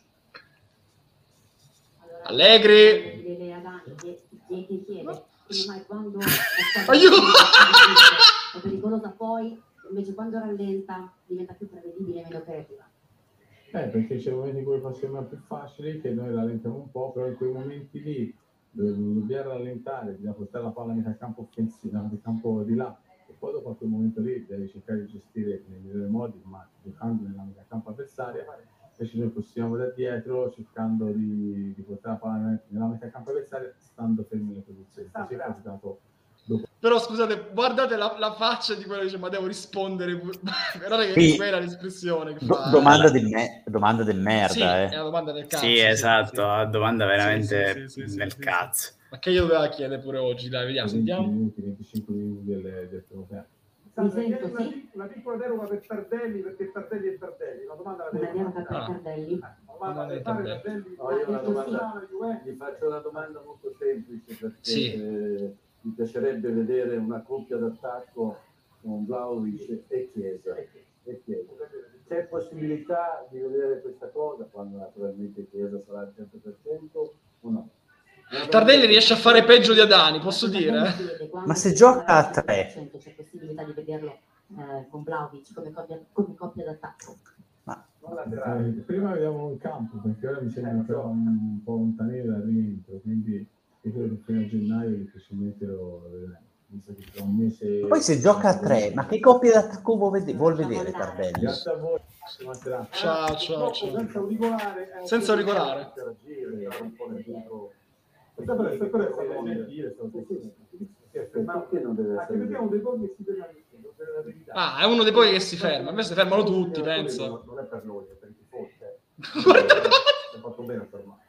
Allegri. Chiede a Dani, che che chiede come mai quando Aiuto! è pericolosa poi, invece quando rallenta diventa più prevedibile e meno creativa. Eh, perché c'è momenti in cui fa sembra più facile, che noi rallentiamo un po', però in quei momenti lì dove dobbiamo rallentare, bisogna portare la palla nel campo offensivo, nel campo di là, e poi dopo quel momento lì devi cercare di gestire nei migliori modi, ma giocando nella metà campo avversaria, invece noi possiamo da dietro cercando di, di portare la palla nella metà campo avversaria, stando fermi nelle posizioni. Così è stato dopo. Però scusate, guardate la, la faccia di quello che dice, ma devo rispondere. Guardate che Sì. quella l'espressione che Do- fa. domanda, del me- domanda del merda, Sì, eh. è una domanda del cazzo. Sì, esatto, una domanda veramente Sì, sì, sì, sì, del sì, cazzo. Ma che io doveva chiedere pure oggi, dai, vediamo, sentiamo. venti venticinque minuti del, del primo tempo. Mi Sandra, sento, una, sì? una piccola deroga per Tardelli, perché Tardelli è Tardelli. La domanda la Una devo deroga per fare. Tardelli. La domanda Domanda da di fare Tardelli. Tardelli. No, io una Detto domanda, Juventus. gli faccio una domanda molto semplice perché Sì. eh, mi piacerebbe vedere una coppia d'attacco con Vlahovic e Chiesa. E Chiesa. C'è possibilità di vedere questa cosa quando naturalmente Chiesa sarà al cento per cento o no? Tardelli riesce a fare peggio di Adani, posso dire? eh? Ma se gioca a tre? C'è possibilità di vederlo eh, con Vlahovic come coppia, come coppia d'attacco. Eh, prima vediamo in campo, perché ora mi sembra ancora un, un po' lontanino da rientro, quindi io credo che fino a gennaio difficilmente lo vedremo. Visto che tra un mese... Poi se gioca a tre, ma che coppia d'attacco vuol vedere, vuol vedere Tardelli? Grazie a voi. Buona serata. Ciao, ciao, ciao. Senza auricolare. eh, Senza auricolare. interagire, un po' nel dentro. Sempre sempre Perché non deve Anche essere perché è uno dei pochi che si ferma per la verità. Ah, è uno dei pochi che si ferma, invece si fermano tutti, penso. Non è per noi, è per i tifosi. Hai fatto bene a fermare.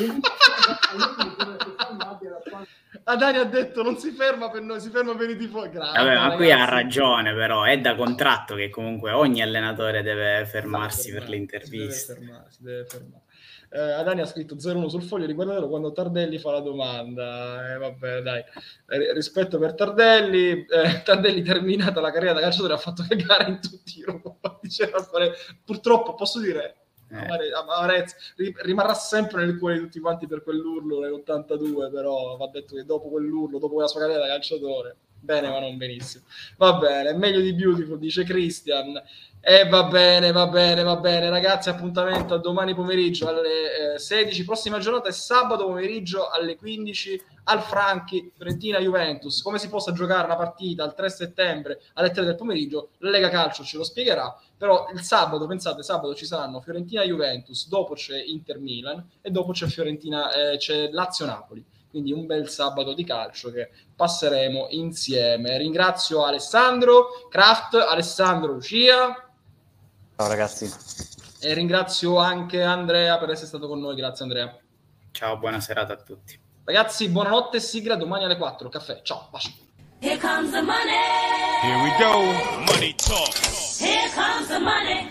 Adani ha detto non si ferma per noi, si ferma per i tifosi. Grazie, Vabbè, ma ragazzi. qui ha ragione, però è da contratto che comunque ogni allenatore deve fermarsi Deve per le interviste. Si deve fermare, si deve fermare. Eh, Adani ha scritto zero uno sul foglio, riguardatelo quando Tardelli fa la domanda. Eh, vabbè, dai, eh, rispetto per Tardelli. Eh, Tardelli, terminata la carriera da calciatore, ha fatto le gare in tutti i Europa. Purtroppo posso dire, Eh. Amare- Amarezza ri- rimarrà sempre nel cuore di tutti quanti per quell'urlo nell'ottantadue, però va detto che dopo quell'urlo, dopo quella sua carriera da calciatore, bene ma non benissimo. Va bene, meglio di Beautiful, dice Christian. E va bene, va bene, va bene, ragazzi, appuntamento a domani pomeriggio alle eh, sedici, prossima giornata è sabato pomeriggio alle quindici al Franchi, Fiorentina-Juventus. Come si possa giocare una partita il tre settembre alle tre del pomeriggio, la Lega Calcio ce lo spiegherà, però il sabato, pensate, sabato ci saranno Fiorentina-Juventus, dopo c'è Inter-Milan e dopo c'è Fiorentina, eh, c'è Lazio-Napoli. Quindi un bel sabato di calcio che passeremo insieme. Ringrazio Alessandro Kraft, Alessandro Lucia. Ciao ragazzi. E ringrazio anche Andrea per essere stato con noi. Grazie Andrea. Ciao, buona serata a tutti. Ragazzi, buonanotte, sigla domani alle quattro. Caffè, ciao, bacio. Here comes the money. Here we go. Money talk. Here comes the money.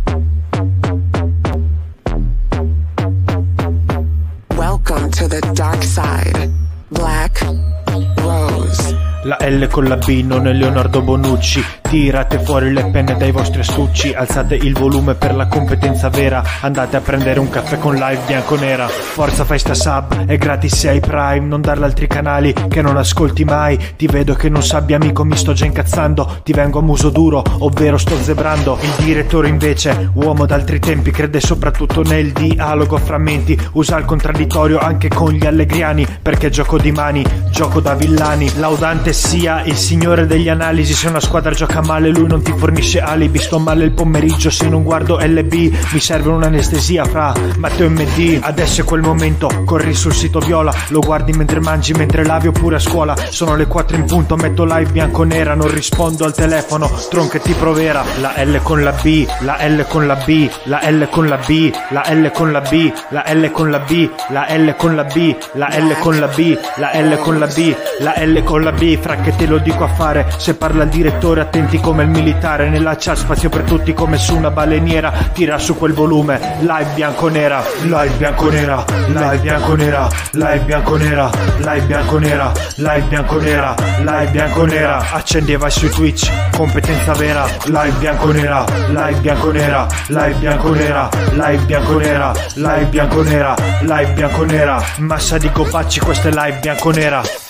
Welcome to the dark side. Black Rose. La L con la B non è Leonardo Bonucci. Tirate fuori le penne dai vostri astucci. Alzate il volume per la competenza vera. Andate a prendere un caffè con Live Bianconera. Forza, fai sta sub, è gratis se hai Prime. Non darla altri canali che non ascolti mai. Ti vedo che non sabbia amico, mi sto già incazzando. Ti vengo a muso duro, ovvero sto zebrando. Il direttore invece, uomo d'altri tempi, crede soprattutto nel dialogo a frammenti. Usa il contraddittorio anche con gli allegriani, perché gioco di mani, gioco da villani. Laudante sia il signore degli analisi. Se una squadra gioca male lui non ti fornisce alibi. Sto male il pomeriggio se non guardo L B. Mi serve un'anestesia fra Matteo e M D. Adesso è quel momento, corri sul sito Viola. Lo guardi mentre mangi, mentre lavi oppure a scuola. Sono le quattro in punto, metto Live Bianconera. Non rispondo al telefono, tronche ti provera. La L con la B, la L con la B, la L con la B, la L con la B, la L con la B, la L con la B, la L con la B, la L con la B, la L con la B. Fra che te lo dico a fare, se parla il direttore attenti come il militare. Nella chat spazio per tutti come su una baleniera. Tira su quel volume, Live Bianconera. Live Bianconera, Live Bianconera, Live Bianconera, Live Bianconera, Live Bianconera, Live Bianconera. Accendi e vai su Twitch, competenza vera. Live Bianconera, Live Bianconera, Live Bianconera, Live Bianconera, Live Bianconera, Live Bianconera. Massa di gobacci, questa è Live Bianconera.